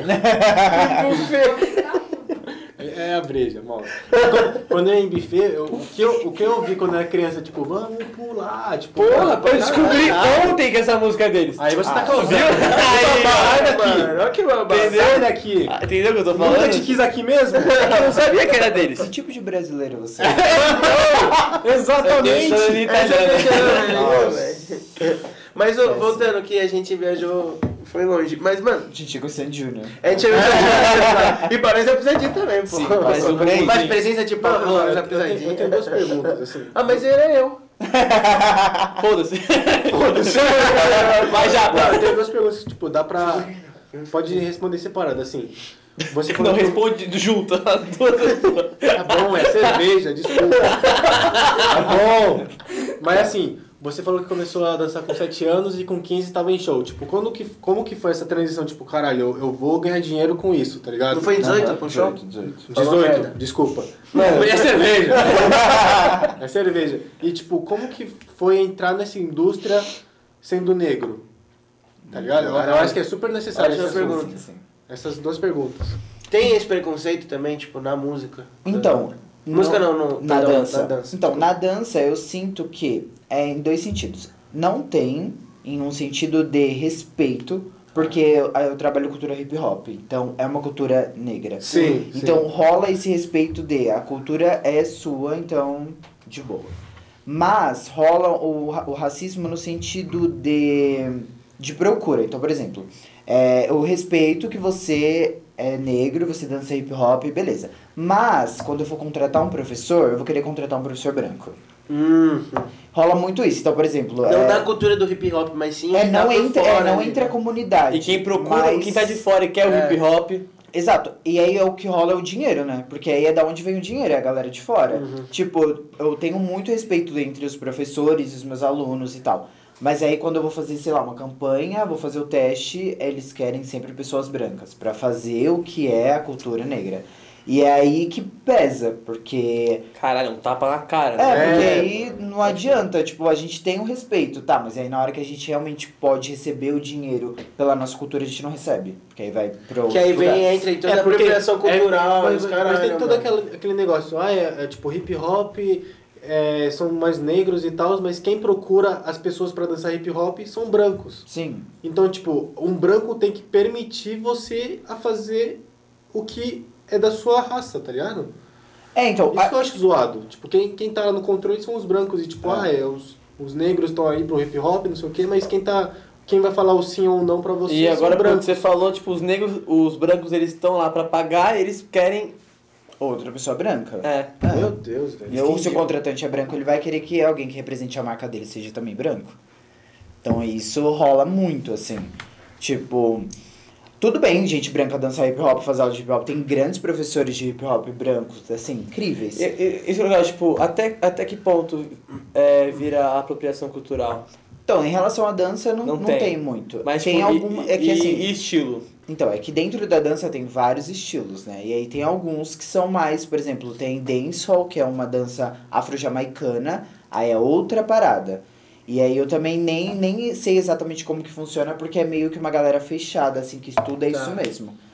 É a breja, mal. Quando eu ia em buffet, o que eu ouvi quando eu era criança, tipo, vamos pular, tipo... Porra, pra eu descobri caralho. ontem que essa música é deles. Aí você tá Ah, causando. viu? Sai daqui. Mano, olha que babado. Sai daqui. Ah, entendeu o que eu tô Nunca falando? te quis aqui mesmo? Eu não sabia que era deles. Que tipo de brasileiro você Exatamente. Eu tô italiano. Nossa. Mas ô, voltando que a gente viajou, foi longe. Mas, mano, Chico Sandy Júnior. a gente viajou lá. E parece a pisadinha também, pô. Sim, mas o Brand- Mas presença tipo, a Eu pisadinha. tenho duas perguntas, assim. Ah, mas ele é eu. Foda-se. Foda-se. Vai já, Não, eu pô. tenho duas perguntas, tipo, dá pra... Pode responder separado, assim. Você Não falou que... responde junto. As duas. Tá bom, é cerveja, desculpa. Tá bom. Mas assim, você falou que começou a dançar com 7 anos e com 15 tava em show. Tipo, como que foi essa transição? Tipo, caralho, eu vou ganhar dinheiro com isso, tá ligado? Não foi 18 pro show? 18. Falou merda. Desculpa. Mano, É cerveja. É cerveja. E tipo, como que foi entrar nessa indústria sendo negro? Tá ligado? Eu acho que é super necessário Ótima esse assunto. pergunta. Essas duas perguntas. tem esse preconceito também, tipo, na música? Então, Música não, na perdão, dança. na dança. Então, na dança eu sinto que é em dois sentidos. Não tem em um sentido de respeito, porque eu trabalho cultura hip hop, então é uma cultura negra. Sim, Então rola esse respeito de a cultura é sua, então de boa. Mas rola o racismo no sentido de procura. Então, por exemplo, o respeito que você é negro, você dança hip hop, beleza. Mas, quando eu for contratar um professor, eu vou querer contratar um professor branco. Rola muito isso. Então, por exemplo... Não da cultura do hip hop, mas sim que tá não por entra, fora, não né? entra a comunidade. E quem procura, mas- quem tá de fora e quer o hip hop. Exato. E aí o que rola é o dinheiro, né? Porque aí é da onde vem o dinheiro, é a galera de fora. Tipo, eu tenho muito respeito entre os professores e os meus alunos e tal. Mas aí quando eu vou fazer, sei lá, uma campanha, vou fazer o teste, eles querem sempre pessoas brancas pra fazer o que é a cultura negra. E é aí que pesa, porque... Caralho, um tapa na cara. porque né? aí não adianta, tipo, a gente tem o respeito, tá, mas aí na hora que a gente realmente pode receber o dinheiro pela nossa cultura, a gente não recebe. Porque aí vai pro Que aí outro lugar. vem, entra em toda a porque apropriação cultural, mas, os caralho, mas tem todo mano. aquele negócio, tipo hip hop, são mais negros e tal, mas quem procura as pessoas pra dançar hip hop são brancos. Sim. Então, tipo, um branco tem que permitir você a fazer o que é da sua raça, tá ligado? Então... Isso que eu acho zoado. Tipo, quem tá no controle são os brancos e tipo, os negros estão aí pro hip hop, não sei o quê, mas quem vai falar o sim ou não pra você E são agora, quando brancos. você falou, tipo, os negros, os brancos, eles estão lá pra pagar, eles querem... Outra pessoa branca. É. Meu Deus, velho. E ou se o contratante é branco, ele vai querer que alguém que represente a marca dele seja também branco. Então isso rola muito, assim. Tipo, tudo bem, gente branca dançar hip hop, fazer aula de hip hop. Tem grandes professores de hip hop brancos, assim, incríveis. Isso é legal, tipo, até que ponto vira apropriação cultural? Então, em relação à dança, não tem. tem muito. Mas tem tipo, algum. É que assim. e estilo? Então, é que dentro da dança tem vários estilos, né? E aí tem alguns que são mais, por exemplo, tem dancehall, que é uma dança afro-jamaicana, aí é outra parada. E aí eu também nem sei exatamente como que funciona, porque é meio que uma galera fechada, assim, que estuda isso mesmo.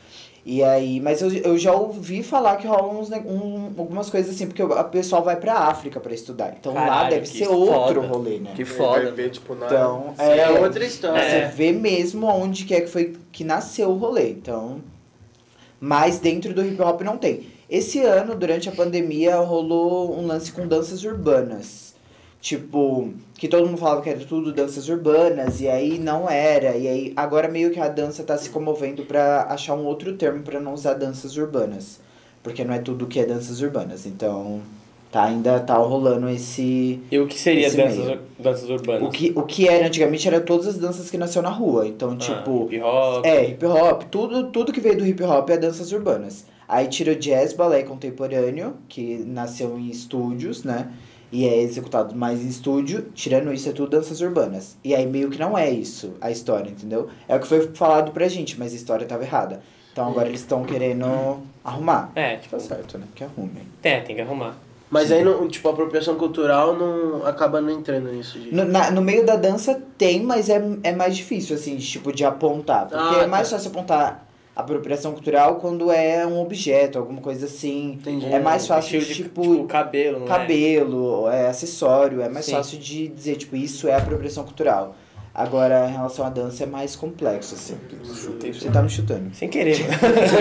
E aí, mas eu já ouvi falar que rolam algumas coisas assim, porque o pessoal vai pra África pra estudar. Então lá Caralho, deve que ser outro foda. rolê, né? Que Vai foda. ver, tipo, na... Então, É outra história. Você vê mesmo onde que é que foi que nasceu o rolê. Então, mas dentro do hip hop não tem. Esse ano, durante a pandemia, rolou um lance com danças urbanas. Tipo, que todo mundo falava que era tudo danças urbanas, e aí não era. E aí agora meio que a dança tá se comovendo pra achar um outro termo pra não usar danças urbanas. Porque não é tudo que é danças urbanas. Então, ainda tá rolando esse... E o que seria esse meio. danças urbanas? O que era antigamente era todas as danças que nasceu na rua. Então, tipo... Hip hop. hip hop. Tudo que veio do hip hop é danças urbanas. Aí tira o jazz, balé contemporâneo, que nasceu em estúdios, né? E é executado mais em estúdio. Tirando isso, é tudo danças urbanas. E aí meio que não é isso a história, entendeu? É o que foi falado pra gente, mas a história tava errada. Então agora eles estão querendo arrumar. Tipo, Tá certo, né? Que arrumem. tem que arrumar. Mas aí, não, tipo, a apropriação cultural não acaba não entrando nisso. No meio da dança tem, mas é mais difícil, assim, de apontar. Porque é mais fácil apontar apropriação cultural quando é um objeto, alguma coisa assim. Entendi. É mais fácil, Tipo, cabelo, não cabelo, acessório, é mais fácil de dizer, tipo, isso é apropriação cultural. Agora, em relação à dança, é mais complexo, assim. Você tá me chutando. Sem querer, mano.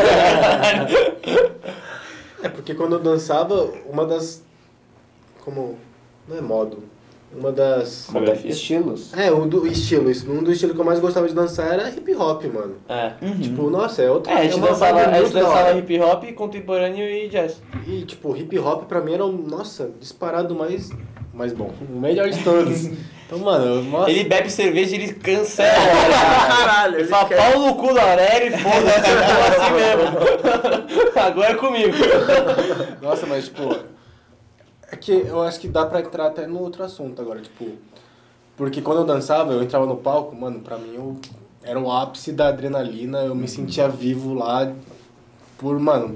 É, porque quando eu dançava, uma das... Como... Não é modo. Uma das... Coreografia? Estilos. Um dos estilos que eu mais gostava de dançar era hip hop, mano. Tipo, nossa, é outra... A gente uma dançava, vibe muito da hora. hip hop, contemporâneo e jazz. E, tipo, hip hop pra mim era nossa, disparado mais bom. O melhor de todos. Então, mano, nossa... Ele bebe cerveja e ele cancela. Caralho, Ele fala pau no cu da Aurélio e foda-se, eu vou assim mesmo. Agora é comigo. Nossa, mas, tipo... É que eu acho que dá pra entrar até no outro assunto agora, tipo... Porque quando eu dançava, eu entrava no palco, mano, pra mim era o ápice da adrenalina, eu me sentia vivo lá por, mano,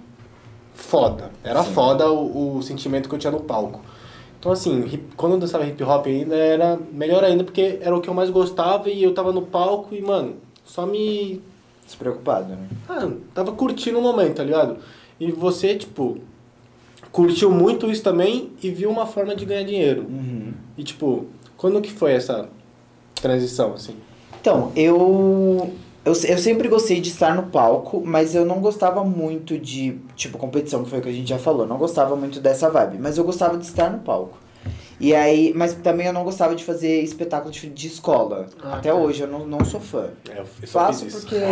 foda. Era foda o sentimento que eu tinha no palco. Então, assim, quando eu dançava hip hop ainda, era melhor ainda, porque era o que eu mais gostava e eu tava no palco e, mano, só me... Despreocupado, né? Tava curtindo o momento, tá ligado? E você, tipo... curtiu muito isso também e viu uma forma de ganhar dinheiro. E, tipo, quando que foi essa transição, assim? Então, eu sempre gostei de estar no palco, mas eu não gostava muito de, tipo, competição, que foi o que a gente já falou. Não gostava muito dessa vibe, mas eu gostava de estar no palco. E aí, mas também eu não gostava de fazer espetáculo de escola. Até hoje, eu não sou fã. Eu só Faço fiz isso. porque...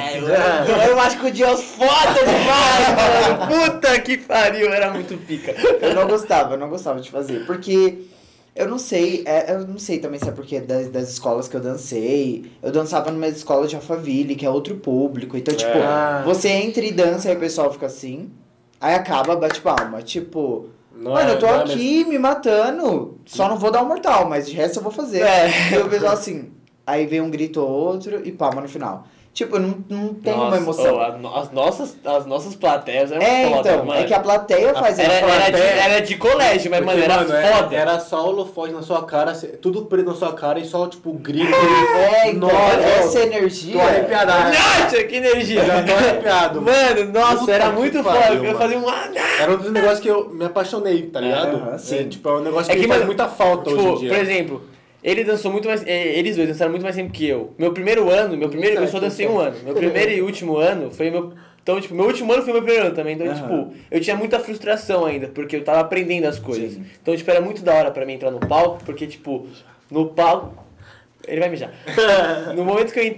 Eu acho que o Dios foda demais, mano. Puta que pariu, era muito pica. Eu não gostava de fazer. Porque eu não sei também se é porque das escolas que eu dancei. Eu dançava numa escola de Alphaville, que é outro público. Então, tipo, você entra e dança e o pessoal fica assim. Aí acaba, bate palma. Tipo... Mano, eu tô aqui me matando, só não vou dar um mortal, mas de resto eu vou fazer. E o pessoal assim, aí vem um grito ou outro e palma no final. Tipo, não tem uma emoção. As nossas plateias eram foda, então, mano. é que a plateia faz Era de colégio, mas, mano, era foda. Era só holofote na sua cara, tudo preto na sua cara e só, tipo, grito. Então, essa energia... Tô arrepiado. Nossa, que energia. Já tô arrepiado. Mano, nossa, Puta era que muito pariu, foda. Eu mano. fazia um... Era um dos negócios que eu me apaixonei, tá ligado? sim. Tipo, é um negócio que, É que, faz mano, muita falta tipo, hoje em dia. por exemplo, ele dançou muito mais. Eles dois dançaram muito mais tempo que eu. Eu só dancei um ano. Meu primeiro e último ano foi meu. Então, tipo, meu último ano foi meu primeiro ano também. Então, tipo, eu tinha muita frustração ainda, porque eu tava aprendendo as coisas. Sim. Então, tipo, era muito da hora pra mim entrar no palco, porque, tipo, no palco. Ele vai mijar. No momento que eu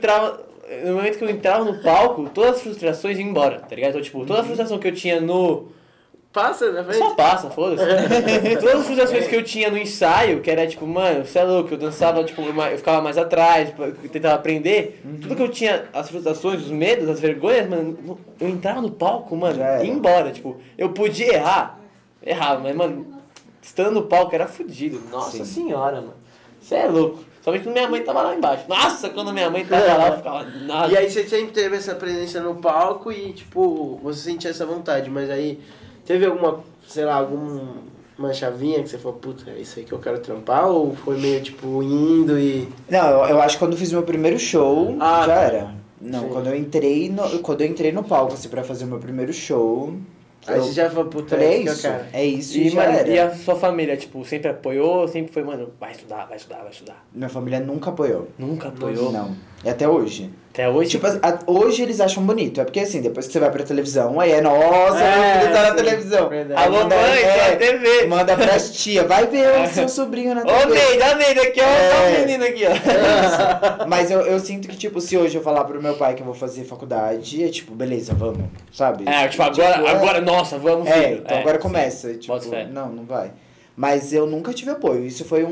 entrava no palco, todas as frustrações iam embora, tá ligado? Então, tipo, toda a frustração que eu tinha no. Passa na frente? Só passa, foda-se. Todas as frustrações que eu tinha no ensaio, que era tipo, mano, você é louco, eu dançava, tipo, eu ficava mais atrás, tipo, eu tentava aprender. Tudo que eu tinha, as frustrações, os medos, as vergonhas, mano, eu entrava no palco, mano, ia embora. Tipo, eu podia errava, mas, mano, estando no palco era fudido. Nossa senhora, mano. Você é louco. Somente quando minha mãe tava lá embaixo. Nossa, quando minha mãe tava lá, eu ficava nada. E aí você sempre teve essa presença no palco e, tipo, você sentia essa vontade, mas aí teve alguma, sei lá, alguma chavinha que você falou, puta, é isso aí que eu quero trampar? Ou foi meio, tipo, indo e... Não, eu acho que quando eu fiz meu primeiro show, já era. Não, Sim. quando eu entrei no palco, assim, pra fazer o meu primeiro show... Aí eu você já falou, puta, falei, é esse que é o isso, cara. é isso E, e já mano, era. e a sua família, tipo, sempre apoiou? Sempre foi, mano, vai estudar, vai estudar, vai estudar. Minha família nunca apoiou. Nunca apoiou? Não. E até hoje. Até hoje? Tipo, hoje eles acham bonito. É porque assim, depois que você vai pra televisão, aí é, nossa, meu filho tá na sim, televisão. verdade. Alô, Manda- mãe, tô na TV. Manda pras tia, vai ver o seu sobrinho na Ô, TV. Neida, aqui, ó, É. o menino aqui, ó. Mas eu sinto que, tipo, se hoje eu falar pro meu pai que eu vou fazer faculdade, é tipo, beleza, vamos, sabe? É, tipo, agora, nossa, vamos, filho. É, então agora começa. Tipo, Bota fé. não vai. Mas eu nunca tive apoio. Isso foi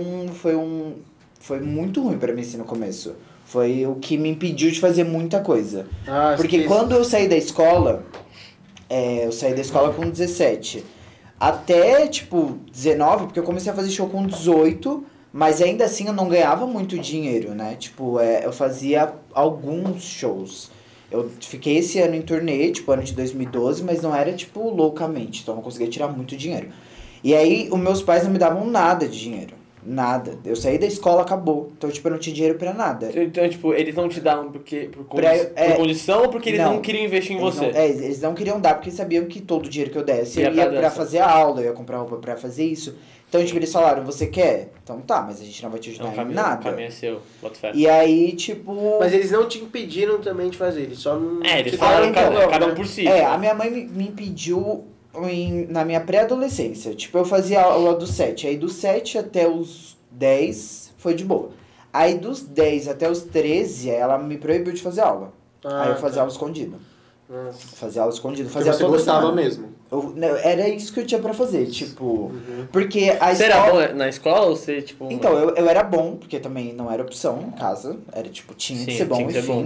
muito ruim pra mim assim no começo. Foi o que me impediu de fazer muita coisa. Ah, Porque esqueci. quando eu saí da escola, eu saí da escola com 17. Até, tipo, 19, porque eu comecei a fazer show com 18, mas ainda assim eu não ganhava muito dinheiro, né? Tipo, eu fazia alguns shows. Eu fiquei esse ano em turnê, tipo, ano de 2012, mas não era, tipo, loucamente. Então eu não conseguia tirar muito dinheiro. E aí, os meus pais não me davam nada de dinheiro. Nada. Eu saí da escola, acabou. Então, tipo, eu não tinha dinheiro pra nada. Então, tipo, eles não te davam por condição ou porque eles não queriam investir em Eles você? não- eles não queriam dar porque sabiam que todo o dinheiro que eu desse Ia eu ia pra pra dança. fazer a aula, eu ia comprar roupa pra fazer isso. Então, tipo, eles falaram, você quer? Então tá, mas a gente não vai te ajudar em O nada. caminho é seu, bota fé. E aí, tipo... Mas eles não te impediram também de fazer, eles só não... É, eles te falaram davam cada um né? por si. a minha mãe me impediu na minha pré-adolescência. Tipo, eu fazia aula dos 7. Aí dos 7 até os 10 foi de boa. Aí dos 10 até os 13, ela me proibiu de fazer aula. Aí eu fazia aula escondida. Nossa. Fazia aula escondida. Porque Fazia você toda gostava semana. mesmo. Era isso que eu tinha pra fazer, tipo... Porque a Você escola... era bom na escola ou você, tipo... Então, eu era bom, porque também não era opção em casa. Era tipo, tinha que Sim, ser bom, tinha que ser enfim. bom.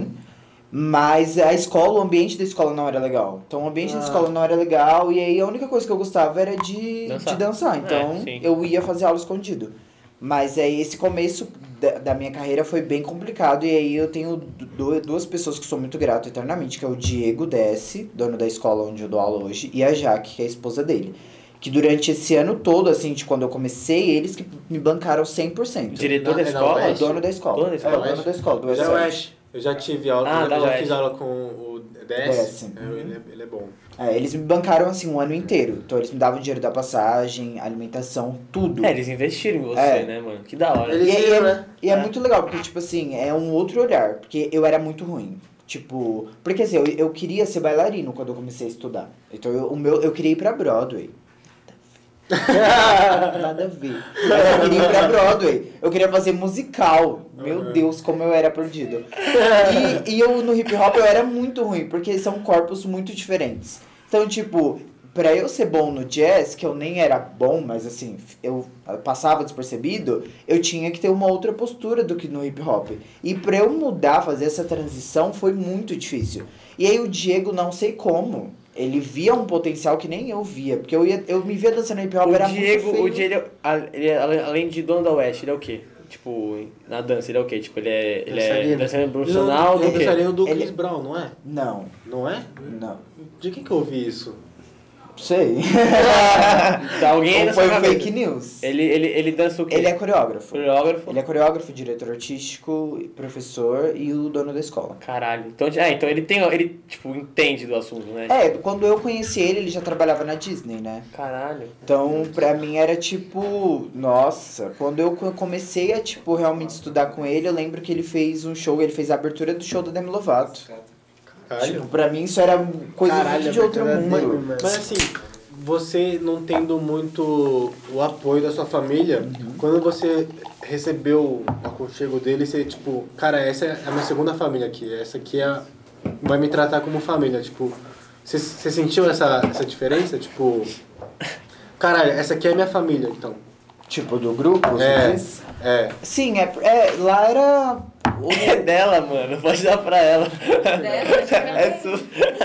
Mas a escola, o ambiente da escola não era legal. Então o ambiente da escola não era legal. E aí a única coisa que eu gostava era de dançar. Então sim. eu ia fazer aula escondido. Mas aí esse começo da minha carreira foi bem complicado. E aí eu tenho duas pessoas que sou muito grato eternamente, que é o Diego Desce, dono da escola onde eu dou aula hoje, e a Jaque, que é a esposa dele. Que durante esse ano todo, assim, de quando eu comecei, eles que me bancaram 100%. Diretor da Na escola? Oeste? Dono da escola. Dono da escola? Dono da escola, do Já S7. Oeste. Eu já tive aula, Ah, eu da já UES. fiz aula com o DS. Ele é bom. Eles me bancaram assim um ano inteiro. Então eles me davam dinheiro da passagem, alimentação, tudo. Eles investiram em você, É. né, mano? Que da hora. Eles E viram, né? é muito legal, porque, tipo assim, é um outro olhar. Porque eu era muito ruim. Tipo, porque assim, eu queria ser bailarino quando eu comecei a estudar. Então eu queria ir pra Broadway. Nada a ver. Mas eu queria ir pra Broadway. Eu queria fazer musical. Meu Deus, como eu era perdido. E eu no hip hop eu era muito ruim, porque são corpos muito diferentes. Então, tipo, pra eu ser bom no jazz, que eu nem era bom, mas assim, eu passava despercebido, eu tinha que ter uma outra postura do que no hip hop. E pra eu mudar, fazer essa transição, foi muito difícil. E aí o Diego, não sei como, ele via um potencial que nem eu via. Porque eu me via dançando hip hop, era muito feio. O Diego, ele, além de dono da West, ele é o quê? Tipo, na dança, ele é o quê? Tipo, ele é dançarino profissional Ele é do quê? dançarino do Ele- Chris Brown, não é? Não, Não é? não. De quem que eu ouvi isso? Sei. Tá, alguém aí Ou na foi sua um cabeça. fake news. Ele dança o quê? Ele é coreógrafo. coreógrafo. Ele é coreógrafo, diretor artístico, professor e o dono da escola. Caralho. Então ele, tipo, entende do assunto, né? Quando eu conheci ele, ele já trabalhava na Disney, né? Caralho. Então, pra mim era tipo, nossa, quando eu comecei a, tipo, realmente estudar com ele, eu lembro que ele fez um show, ele fez a abertura do show da Demi Lovato. Tipo, pra mim isso era coisa Caralho, muito de outro abertura mundo. dele, mano. Mas assim, você não tendo muito o apoio da sua família, quando você recebeu o aconchego dele, você tipo, cara, essa é a minha segunda família aqui, essa aqui vai me tratar como família, tipo, você sentiu essa diferença? Tipo, caralho, essa aqui é a minha família, então. Tipo, do grupo, você É. diz? É. Sim, lá era... É dela, mano. Pode dar pra ela. É sua.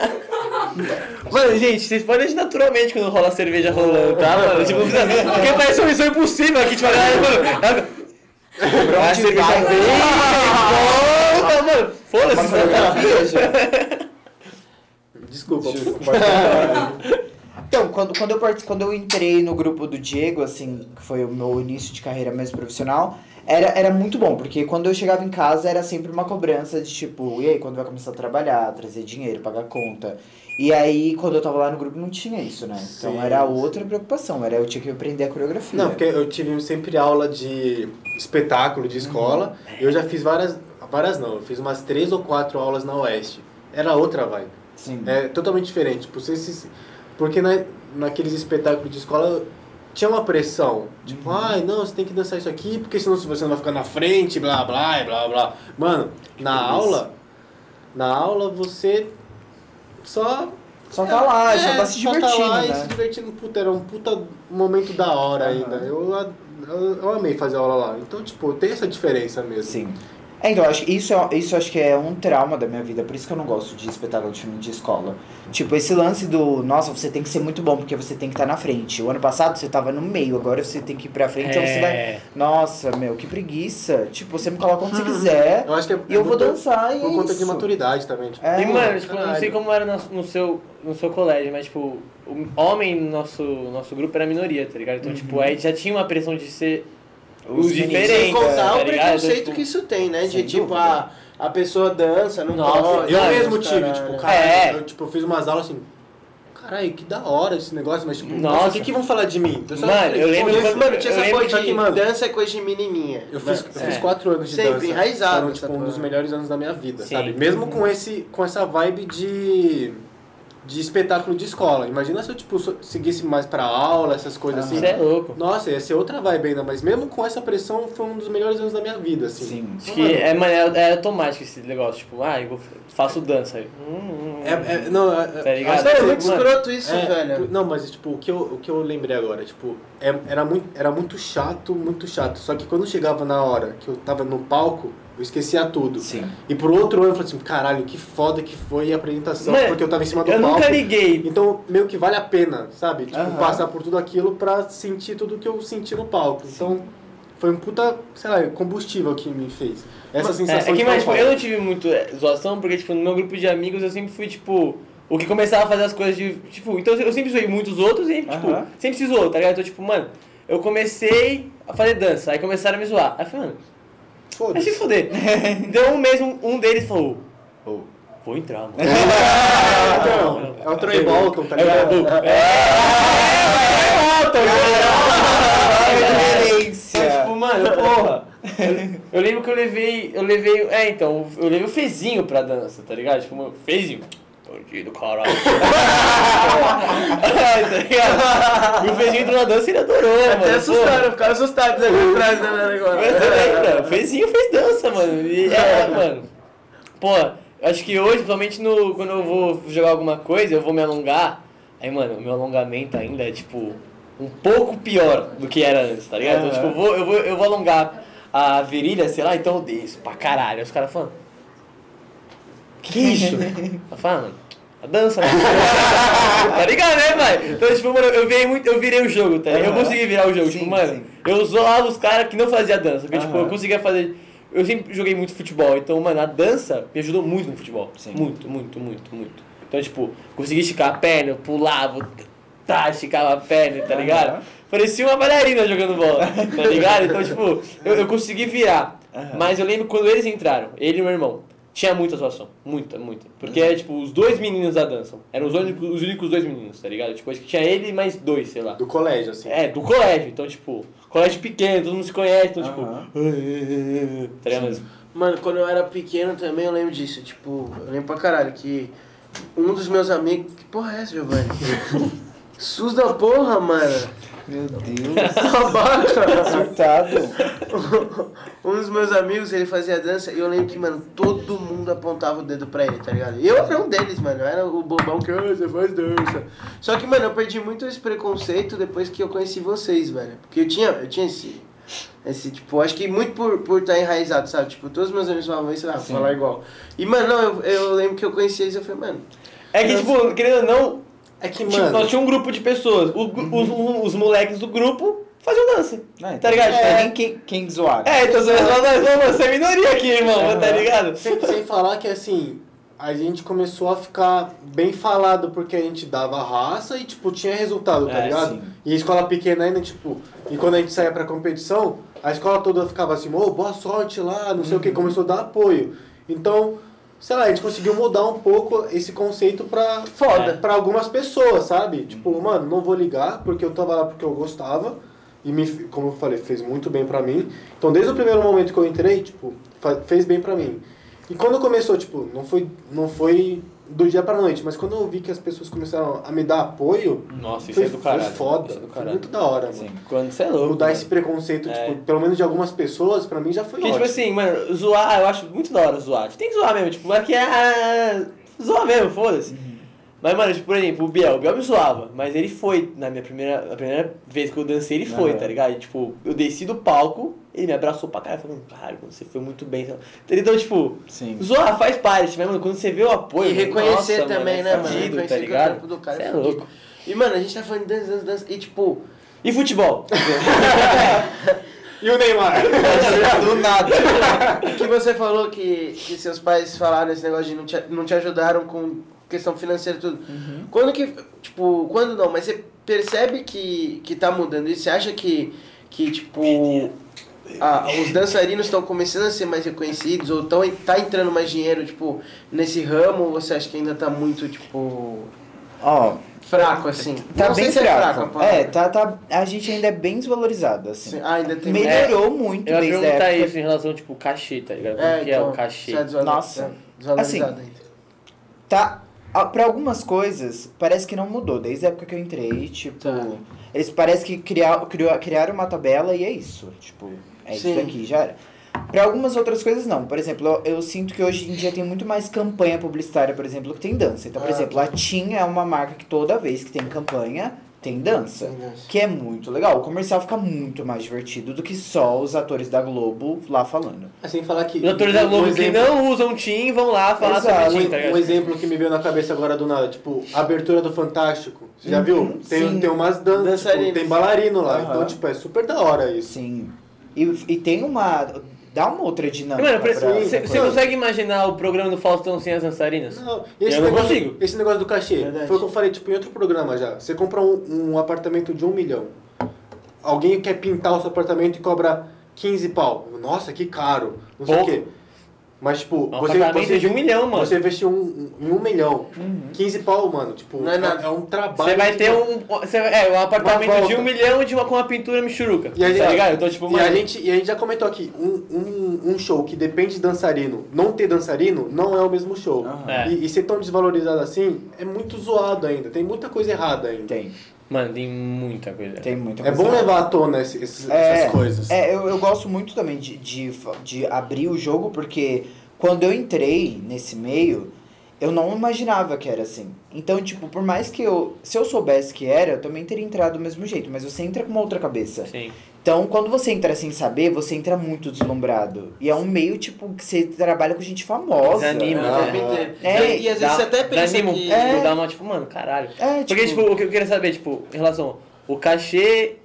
Mano, gente, vocês podem agir naturalmente quando rola a cerveja rolando, tá, mano? Tipo, porque parece uma missão impossível aqui, tipo, mano. A cerveja vai. vem, volta, mano. Foda-se. Desculpa. Então, quando eu entrei no grupo do Diego, assim, que foi o meu início de carreira mais profissional, Era muito bom, porque quando eu chegava em casa era sempre uma cobrança de tipo, e aí, quando vai começar a trabalhar, trazer dinheiro, pagar conta. E aí, quando eu tava lá no grupo, não tinha isso, né? Então Sim, era outra preocupação, eu tinha que aprender a coreografia. Não, porque eu tive sempre aula de espetáculo de escola. Eu já fiz várias não, eu fiz umas 3 ou 4 aulas na Oeste. Era outra vibe. Sim. É totalmente diferente. Tipo, porque naqueles espetáculos de escola tinha uma pressão. Tipo, ai, não, você tem que dançar isso aqui, porque senão você não vai ficar na frente, blá, blá, e blá, blá. Mano, na aula você só tá lá, só tá se divertindo, tá lá né? e se divertindo. Puta, era um puta momento da hora ainda. Eu amei fazer aula lá. Então, tipo, tem essa diferença mesmo. Sim. Então, isso acho que é um trauma da minha vida, por isso que eu não gosto de espetáculo de filme de escola. Tipo, esse lance do, nossa, você tem que ser muito bom, porque você tem que estar na frente. O ano passado você tava no meio, agora você tem que ir pra frente, então você vai... Nossa, meu, que preguiça. Tipo, você me coloca onde você quiser, Eu acho que e eu vou dançar e por é conta de isso. maturidade também. Tipo, E, mano, tipo, eu não caralho. sei como era no seu colégio, mas, tipo, o homem no nosso grupo era minoria, tá ligado? Então, tipo, aí já tinha uma pressão de ser os meninos. diferentes, Sem contar tá o ligado? preconceito Então, tipo, que isso tem, né? De sem tipo, dúvida. a pessoa dança, não Nossa, pode. Eu Não, mesmo os tive, caralho. tipo, caralho, É. eu tipo, fiz umas aulas assim, caralho, que da hora esse negócio, mas tipo, Nossa. nossa, o que vão falar de mim? Eu só Mano, falei, eu lembro pô, quando- Mano, tinha eu essa lembro coisa que, de mano, dança é coisa de menininha. Eu fiz Mano, 4 anos de Sempre dança. enraizado Foram, essa tipo, um dos porra. melhores anos da minha vida, Sim. sabe? Mesmo com essa vibe de espetáculo de escola. Imagina se eu, tipo, seguisse mais pra aula, essas coisas assim. Você é louco. Nossa, ia ser outra vibe ainda, mas mesmo com essa pressão, foi um dos melhores anos da minha vida, assim. Sim. Acho que é automático esse negócio, tipo, eu faço dança aí. Tá ligado? acho Mano, é que muito mano, escroto isso, é, velho. Não, mas tipo, o que eu lembrei agora, tipo, era muito chato, muito chato. Só que quando chegava na hora que eu tava no palco, eu esquecia tudo. Sim. E por outro ano eu falei assim, caralho, que foda que foi a apresentação, Mano, porque eu tava em cima do eu palco. nunca liguei. Então, meio que vale a pena, sabe? Tipo, Aham. passar por tudo aquilo pra sentir tudo que eu senti no palco. Então, foi um puta, sei lá, combustível que me fez. Essa sensação É que, de mas, tipo, palco. eu não tive muito zoação, porque, tipo, no meu grupo de amigos eu sempre fui, tipo, o que começava a fazer as coisas de, tipo, então eu sempre zoei muitos outros e, tipo, Aham. sempre se zoou, tá ligado? Então, tipo, mano, eu comecei a fazer dança, aí começaram a me zoar. Aí eu falei, mano, vai se Foda-se. fuder. Deu um mês, um deles falou, vou entrar, mano. Então, é o Troy Bolton, tá ligado? Mas, tipo, mano, porra. Eu lembro que eu levei o Fezinho pra dança, tá ligado? Tipo, mano, Fezinho. Bandido, caralho. Tá ligado? E o Fezinho entrou na dança e ele adorou, mano. Até assustaram, ficaram assustados ali atrás, né, Mas negócio. você lembra? O Fezinho fez dança, mano. E mano. Pô, acho que hoje, principalmente quando eu vou jogar alguma coisa, eu vou me alongar. Aí, mano, o meu alongamento ainda é, tipo, um pouco pior do que era antes, tá ligado? Então, tipo, eu vou alongar a virilha, sei lá, então eu desço pra caralho. Aí os caras falam, que isso? Eu falo, mano, a dança, né? Tá ligado, né, pai? Então, tipo, mano, eu virei o jogo, tá ligado? Eu consegui virar o jogo, Sim, tipo, mano, sim. eu zoava os caras que não faziam dança, porque, tipo, eu conseguia fazer... Eu sempre joguei muito futebol, então, mano, a dança me ajudou muito no futebol. Sim. Muito, muito, muito, muito. Então, tipo, consegui esticar a perna, eu pulava, esticava a perna, tá ligado? Parecia uma bailarina jogando bola, tá ligado? Então, tipo, eu consegui virar. Mas eu lembro quando eles entraram, ele e meu irmão, tinha muita atuação. Muita, muita. Porque, tipo, os dois meninos da dança. Eram os únicos dois meninos, tá ligado? Tipo, acho que tinha ele e mais dois, sei lá. Do colégio, assim. É, do colégio. Então, tipo, colégio pequeno, todo mundo se conhece, então, tipo... Tá ligado? Mas, Mano, quando eu era pequeno também eu lembro disso, tipo, eu lembro pra caralho que um dos meus amigos... Que porra é essa, Giovanni? SUS da porra, mano. Meu Deus. Babaca. Surtado. Um dos meus amigos, ele fazia dança e eu lembro que, mano, todo mundo apontava o dedo pra ele, tá ligado? E eu era um deles, mano. Eu era o bobão que, você faz dança. Só que, mano, eu perdi muito esse preconceito depois que eu conheci vocês, velho. Porque eu tinha esse tipo, acho que muito por estar enraizado, sabe? Tipo, todos os meus amigos falavam isso, vou falar igual. E, mano, não, eu lembro que eu conheci eles e eu falei, mano... é que, tipo, querendo ou não, É que, tipo, mano... nós tínhamos um grupo de pessoas. Os moleques do grupo faziam dança. Tá ligado? Quem zoar. Então você é minoria aqui, irmão, tá ligado? Sem falar que, assim, a gente começou a ficar bem falado porque a gente dava raça e, tipo, tinha resultado, tá ligado? Sim. E a escola pequena ainda, tipo, E quando a gente saía pra competição, a escola toda ficava assim, boa sorte lá, não sei o que, começou a dar apoio. Então, sei lá, a gente conseguiu mudar um pouco esse conceito pra algumas pessoas, sabe? Tipo, mano, não vou ligar porque eu tava lá porque eu gostava. E, como eu falei, fez muito bem pra mim. Então, desde o primeiro momento que eu entrei, tipo, fez bem pra mim. E quando começou, tipo, não foi do dia pra noite, mas quando eu vi que as pessoas começaram a me dar apoio, nossa, isso é do caralho. Foi foda, Isso é do foi caralho. muito da hora, mano. Sim, quando você é louco. Mudar mano. esse preconceito, tipo, pelo menos de algumas pessoas, pra mim já foi Porque, ótimo. tipo assim, mano, zoar, eu acho muito da hora zoar. Tem que zoar mesmo, tipo, aqui zoar mesmo, foda-se. Mas, mano, tipo, por exemplo, o Biel me zoava, mas ele foi, a primeira vez que eu dancei, ele foi, tá ligado? E, tipo, eu desci do palco, ele me abraçou pra caralho, falando, caralho, você foi muito bem. Então, tipo, zoar faz parte, mas, mano, quando você vê o apoio... E reconhecer nossa, também, mano, né, mano? fudido, Reconhecer tá que ligado? o trampo do cara Você é fudido. louco. E, mano, a gente tá falando de dança, e, tipo... E futebol? E o Neymar? Do nada. que você falou que seus pais falaram esse negócio de não te ajudaram com questão financeira e tudo. Quando que, tipo, quando não, mas você percebe que tá mudando isso? Você acha que tipo, os dançarinos estão começando a ser mais reconhecidos ou tá entrando mais dinheiro, tipo, nesse ramo, ou você acha que ainda tá muito, tipo, Ó, fraco, assim? tá Não sei bem se fraco. a palavra. A gente ainda é bem desvalorizado, assim. Sim, ainda tem Melhorou muito Eu ia desde a perguntar época. isso em relação, tipo, cachê, tá ligado? Como que é o cachê? Você é Nossa. desvalorizado Assim, ainda. Tá, pra algumas coisas, parece que não mudou. Desde a época que eu entrei, tipo... Tá. Eles parecem que criaram uma tabela e é isso. Tipo, é Sim. isso daqui, já era. Pra algumas outras coisas, não. Por exemplo, eu sinto que hoje em dia tem muito mais campanha publicitária, por exemplo, que tem dança. Então, por exemplo, a TIM é uma marca que toda vez que tem campanha, tem dança. Tem dança. Que é muito legal. O comercial fica muito mais divertido do que só os atores da Globo lá falando. Assim, falar que... Os atores da Globo que não usam TIM vão lá falar Exato. sobre TIM, tá ligado? Um exemplo que me veio na cabeça agora do nada, tipo, a abertura do Fantástico. Você já viu? sim. Tem umas danças, tipo, Dançarinos. tem bailarino lá. Aham. Então, tipo, é super da hora isso. Sim. E tem uma... Dá uma outra dinâmica. Mano, você pra- consegue imaginar o programa do Faustão sem as dançarinas? Não, Eu não consigo. Esse negócio do cachê, Verdade. foi o que eu falei, tipo, em outro programa já. Você compra um apartamento de 1 milhão. Alguém quer pintar o seu apartamento e cobra 15 pau. Nossa, que caro. Não sei o Pouco. quê. Mas, tipo, apartamento de 1 milhão, mano. Você investiu em 1 milhão. 15 pau, mano. Tipo, Não é nada. é um trabalho. Você vai ter um apartamento Uma de volta. 1 milhão com uma pintura michuruca. E a Tá ligado? Então, tipo, e mano... a gente já comentou aqui, um show que depende de dançarino, não ter dançarino, não é o mesmo show. É. E ser tão desvalorizado assim, é muito zoado ainda. Tem muita coisa errada ainda. Tem tem muita coisa. muita É coisa. bom levar à tona essas coisas. Eu gosto muito também de abrir o jogo, porque quando eu entrei nesse meio, eu não imaginava que era assim. Então, tipo, por mais que se eu soubesse que era, eu também teria entrado do mesmo jeito, mas você entra com uma outra cabeça. Sim. Então, quando você entra sem saber, você entra muito deslumbrado. E é um meio, tipo, que você trabalha com gente famosa. Desanima, O né? tempo inteiro. É, E às vezes você até pensa Desanima, que... tipo, dá uma, tipo, mano, caralho. Porque, tipo, o que eu queria saber, tipo, em relação ao cachê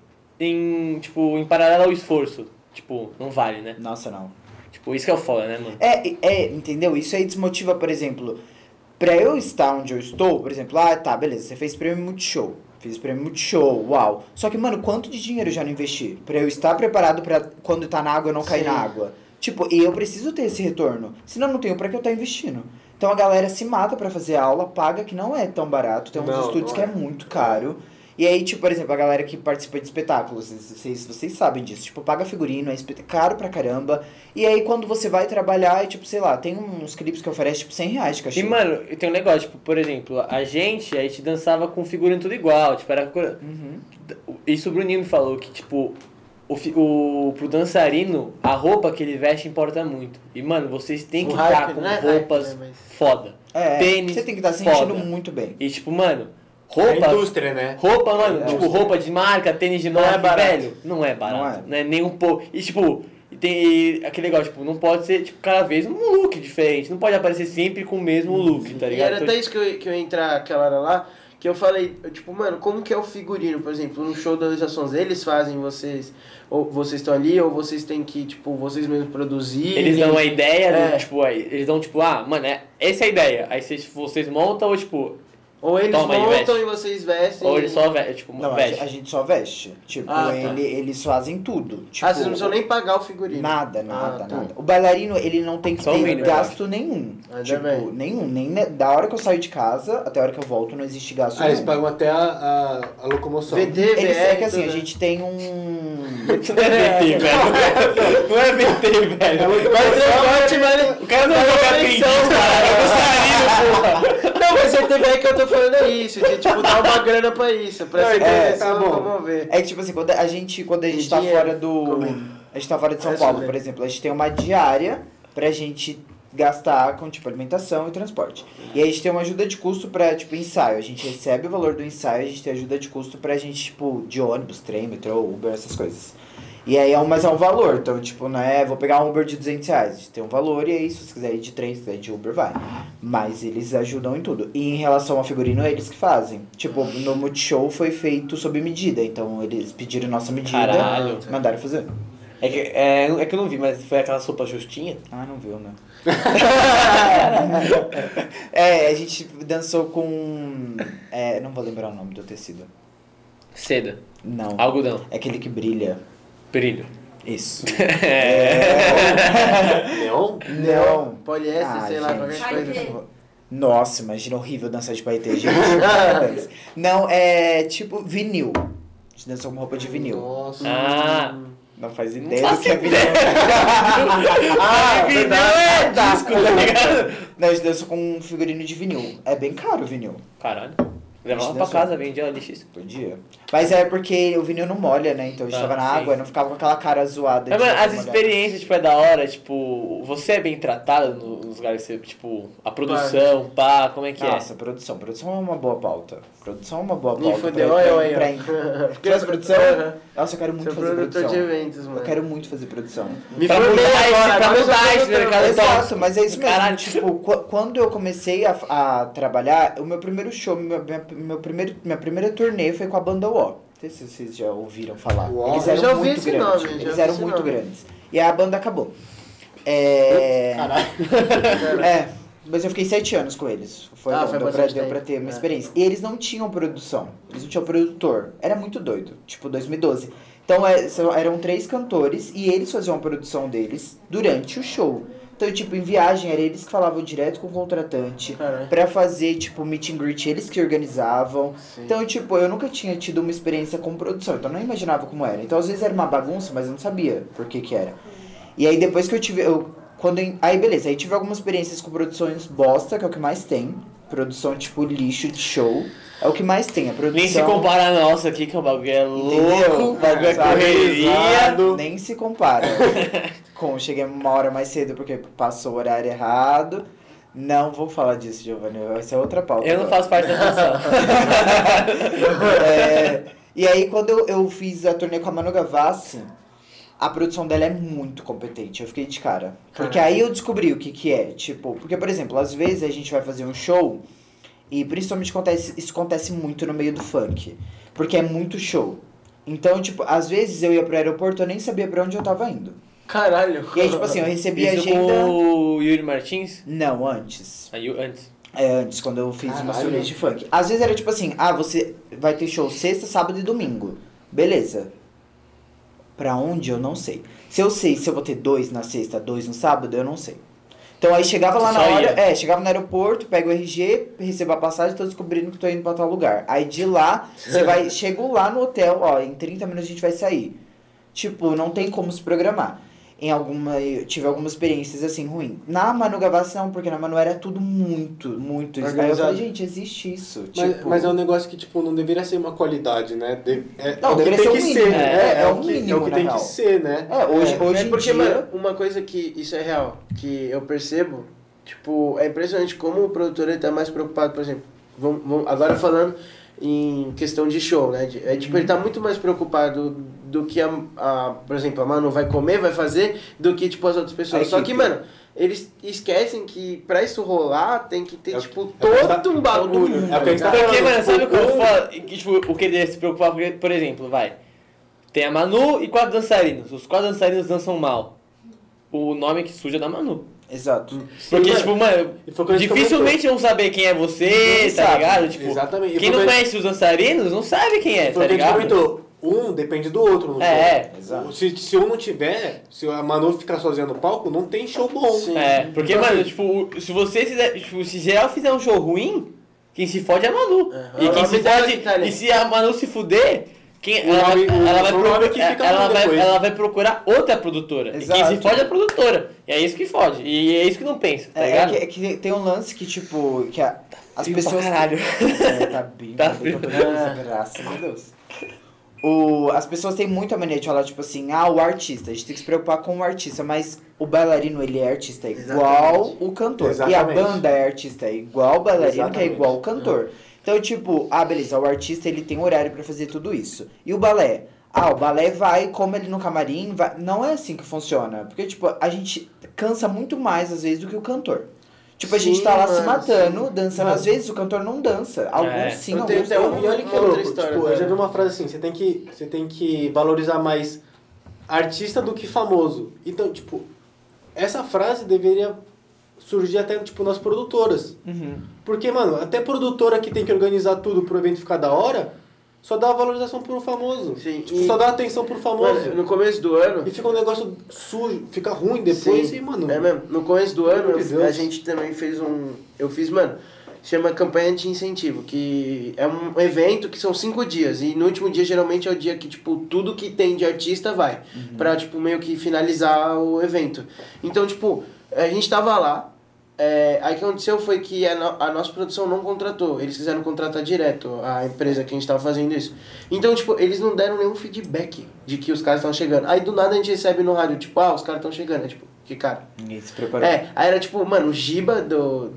em paralelo ao esforço. Tipo, não vale, né? Nossa, não. Tipo, isso que é o foda, né, mano? Entendeu? Isso aí desmotiva, por exemplo, pra eu estar onde eu estou, por exemplo, tá, beleza, você fez prêmio Multishow. Fiz prêmio Multishow, uau. Só que, mano, quanto de dinheiro eu já não investi? Pra eu estar preparado pra quando tá na água eu não cair Sim. na água. Tipo, e eu preciso ter esse retorno. Senão eu não tenho pra que eu estar investindo. Então a galera se mata pra fazer aula, paga, que não é tão barato. Tem uns Não, estúdios não que é muito caro. E aí, tipo, por exemplo, a galera que participa de espetáculos, vocês sabem disso. Tipo, paga figurino, caro pra caramba. E aí, quando você vai trabalhar, tipo, sei lá, tem uns clipes que oferecem, tipo, R$100 de cachê. E, mano, tem um negócio, tipo, por exemplo, a gente dançava com figurino tudo igual, tipo, era... Isso o Bruninho me falou, que, tipo, pro dançarino, a roupa que ele veste importa muito. E, mano, vocês têm que O estar hype, com né? roupas Hype, né, mas- foda. Tênis você tem que estar se foda. sentindo muito bem. E, tipo, mano, É roupa... indústria, né? Roupa, mano, tipo, roupa de marca, tênis de Não marca, é barato. velho, não é barato. Não é nem um pouco. E, tipo, tem aquele negócio, tipo, não pode ser, tipo, cada vez um look diferente. Não pode aparecer sempre com o mesmo look, tá E ligado? era Então, até isso que eu ia entrar aquela hora lá, que eu falei, tipo, mano, como que é o figurino, por exemplo, no show da Luísa Sonza, eles fazem vocês, ou vocês estão ali, ou vocês têm que, tipo, vocês mesmos produzirem. eles dão a ideia, É. tipo, eles dão, tipo, mano, essa é a ideia. Aí vocês montam, ou, tipo, Ou eles Toma aí, montam veste. e vocês vestem? Ou ele só veste, tipo, Não, veste. a gente só veste. Tipo, Ah, tá. eles fazem tudo. Tipo, Ah, vocês não precisam nem pagar o figurino. Nada, Ah, nada, tá. nada. O bailarino, ele não tem que Só o ter mínimo, gasto nenhum. Ainda Tipo, bem. nenhum. Nem da hora que eu saio de casa até a hora que eu volto não existe gasto Ah, eles nenhum. pagam até a locomoção. VT, Eles, é que VR, assim, a tudo, né? gente tem um... Não é VT, velho. Não é VT, velho. Vai transporte, mas... O cara não vai jogar pensão, cara. É dançarino, porra. Não, mas CTV que eu tô falando é isso, de tipo dar uma grana pra isso, pra se tá bom. promover. É que tipo assim, quando a gente E tá dinheiro, fora do... comendo. A gente tá fora de São Essa Paulo, daí. por exemplo, a gente tem uma diária pra gente gastar com, tipo, alimentação e transporte. E aí a gente tem uma ajuda de custo pra, tipo, ensaio. A gente recebe o valor do ensaio, a gente tem ajuda de custo pra gente, tipo, de ônibus, trem, metrô, Uber, essas coisas. E aí mas é um valor, então, tipo, não é, vou pegar um Uber de R$200, a gente tem um valor e aí, se você quiser ir de trem, se quiser ir de Uber, vai. Mas eles ajudam em tudo. E em relação ao figurino, é eles que fazem. Tipo, no Multishow foi feito sob medida, então eles pediram nossa medida, Caralho. mandaram fazer. É que eu não vi, mas foi aquela sopa justinha. Ah, não viu, né? A gente dançou com... não vou lembrar o nome do tecido. Seda. Não. Algodão. É aquele que brilha. Brilho. Isso. Neon? Não. Poliéster, sei lá, gente. qualquer Vai coisa. ter. Nossa, imagina horrível dançar de paetê, gente. Não, é tipo vinil. A gente dançou com roupa de vinil. Nossa. Ah. Não faz ideia Não do que é vinil. Vinil é disco, tá ligado? Não, a gente dançou com um figurino de vinil. É bem caro o vinil. Caralho. Levava pra dançou. casa, vendia LX. Podia. Mas é porque o vinil não molha, né? Então a gente Ah, tava na sim. água e não ficava com aquela cara zoada. Mas, de mano, as molhar. experiências, tipo, é da hora, tipo, você é bem tratado nos lugares que você, tipo, a produção, pá, como é que Nossa, produção. Produção é uma boa pauta. Produção é uma boa Me pauta. fudeu, pra- olha aí, pra- ó. Faz produção? Aham. Nossa, eu quero muito Sou fazer produtor produção. de eventos, mano. Eu quero muito fazer produção. Me Pra formei mudar esse- agora, pra agora eu mudar sou esse produtor. mercado. Exato, mas é isso mesmo. Caralho. Tipo, quando eu comecei a trabalhar, o meu primeiro show, minha primeira turnê foi com a banda UO. Não sei se vocês já ouviram falar. Uó. Eles Eu eram já ouvi muito esse grandes. nome, já Eles ouvi eram esse muito nome. grandes. E aí a banda acabou. Mas eu fiquei 7 anos com eles. Foi Ah, bom, foi deu bastante pra tempo. ter uma É. experiência. E eles não tinham produção. Eles não tinham produtor. Era muito doido. Tipo, 2012. Então eram 3 cantores e eles faziam a produção deles durante o show. Então, tipo, em viagem, era eles que falavam direto com o contratante. Caralho. Pra fazer, tipo, meet and greet, eles que organizavam. Sim. Então, tipo, eu nunca tinha tido uma experiência com produção. Então, eu não imaginava como era. Então, às vezes era uma bagunça, mas eu não sabia por que era. E aí, depois que eu tive... Aí, beleza. Aí tive algumas experiências com produções bosta, que é o que mais tem. Produção, tipo, lixo de show. É o que mais tem, a produção... Nem se compara a nossa aqui, que o bagulho é louco, Entendeu? o bagulho é Sabe? correria. Nem se compara. Cheguei uma hora mais cedo porque passou o horário errado. Não vou falar disso, Giovanni. Vai ser outra pauta. Eu não agora. faço parte da produção. E aí, quando eu fiz a turnê com a Manu Gavassi, a produção dela é muito competente. Eu fiquei de cara. Porque aí eu descobri o que é. Tipo, porque, por exemplo, às vezes a gente vai fazer um show e principalmente isso acontece muito no meio do funk. Porque é muito show. Então, tipo, às vezes eu ia pro aeroporto e eu nem sabia pra onde eu tava indo. Caralho. E aí, tipo assim, eu recebi a Isso agenda... com o Yuri Martins? Não, antes. Aí, antes. Antes, quando eu fiz umas Caralho. turnês de funk. Às vezes era tipo assim, você vai ter show sexta, sábado e domingo. Beleza. Pra onde, eu não sei. Se eu sei se eu vou ter 2 na sexta, 2 no sábado, eu não sei. Então aí chegava lá Você na só hora, ia. chegava no aeroporto, pego o RG, recebo a passagem, tô descobrindo que tô indo pra tal lugar. Aí de lá, chego lá no hotel, em 30 minutos a gente vai sair. Tipo, não tem como se programar. Eu tive algumas experiências assim, ruins. Na Manu Gavassi não, porque na Manu era tudo muito. Aí eu Organizado. falei, gente, existe isso. Mas é um negócio que, tipo, não deveria ser uma qualidade, né? Não, o que deveria tem ser o que mínimo. ser, né? É o que- mínimo, É o que na tem real. que ser, né? Hoje É em porque, dia... mano, uma coisa que isso é real, que eu percebo, tipo, é impressionante como o produtor ele tá mais preocupado, por exemplo, agora falando em questão de show, né? Tipo, ele tá muito mais preocupado do que por exemplo, a Manu vai comer, vai fazer, do que, tipo, as outras pessoas. A Só que, equipe. mano, eles esquecem que pra isso rolar tem que ter, É o- tipo, é o que a gente todo um bagulho. É o que a gente tá Porque, falando, mano, sabe o que eu tipo, falo? Que, tipo, o que deve se preocupar, porque, por exemplo, tem a Manu e 4 dançarinos. Os 4 dançarinos dançam mal. O nome que suja é da Manu. Exato. Porque, Sim, tipo, mano, e foi o que a gente dificilmente vão saber quem é você, Ninguém tá sabe. ligado? Tipo, Exatamente. E quem foi não o que- conhece os dançarinos não sabe quem é, Foi tá o que a gente ligado? comentou. Um depende do outro no É, show. exato. Se um não tiver, se a Manu ficar sozinha no palco, não tem show bom. Sim. porque, Então, mano, assim, tipo, se você fizer, tipo, se geral fizer um show ruim, quem se fode é a Manu. É. E O quem nome se dela fode, que tá ali. e se a Manu se fuder, O nome- o nome é que fica ruim depois. ela vai procurar outra produtora. E quem Exato. se fode é a produtora. E é isso que fode. E é isso que não pensa, tá ligado? É que tem um lance que, tipo, que as Frio pra pessoas... caralho. Tá bem, Tá tá bem, frio. tô bem, graças a Deus. As pessoas têm muita mania de falar, tipo assim, o artista, a gente tem que se preocupar com o artista, mas o bailarino, ele é artista igual o cantor. Exatamente. E a banda é artista igual o bailarino, que é Exatamente. igual o cantor. Então, tipo, beleza, o artista, ele tem horário pra fazer tudo isso. E o balé? O balé vai, como ele no camarim, vai... Não é assim que funciona. Porque, tipo, a gente cansa muito mais, às vezes, do que o cantor. Tipo, a gente Sim, tá lá se mano, matando, sim. dançando. Mano. Às vezes o cantor não dança. Alguns sim, Eu tenho alguns até não. E olha que Uma outra louco, história, tipo, eu já velho. vi uma frase assim, você tem que valorizar mais artista do que famoso. Então, tipo, essa frase deveria surgir até, tipo, nas produtoras. Uhum. Porque, mano, até produtora que tem que organizar tudo pro evento ficar da hora, só dá valorização pro famoso. Sim, Tipo, e- só dá atenção pro famoso. Mano, no começo do ano... E fica um negócio sujo, fica ruim depois Sim, e, mano... É mesmo. No começo do Pelo ano, amor de Deus. a gente também fez eu fiz, mano, chama campanha de incentivo, que é um evento que são 5 dias. E no último dia, geralmente, é o dia que, tipo, tudo que tem de artista vai. Pra, tipo, meio que finalizar o evento. Então, tipo, a gente tava lá. Aí o que aconteceu foi que a nossa produção não contratou. Eles quiseram contratar direto a empresa que a gente tava fazendo isso. Então, tipo, eles não deram nenhum feedback de que os caras estão chegando. Aí do nada a gente recebe no rádio, tipo, os caras estão chegando. É tipo, que cara. Ninguém se preparou. Aí era tipo, mano, o Giba do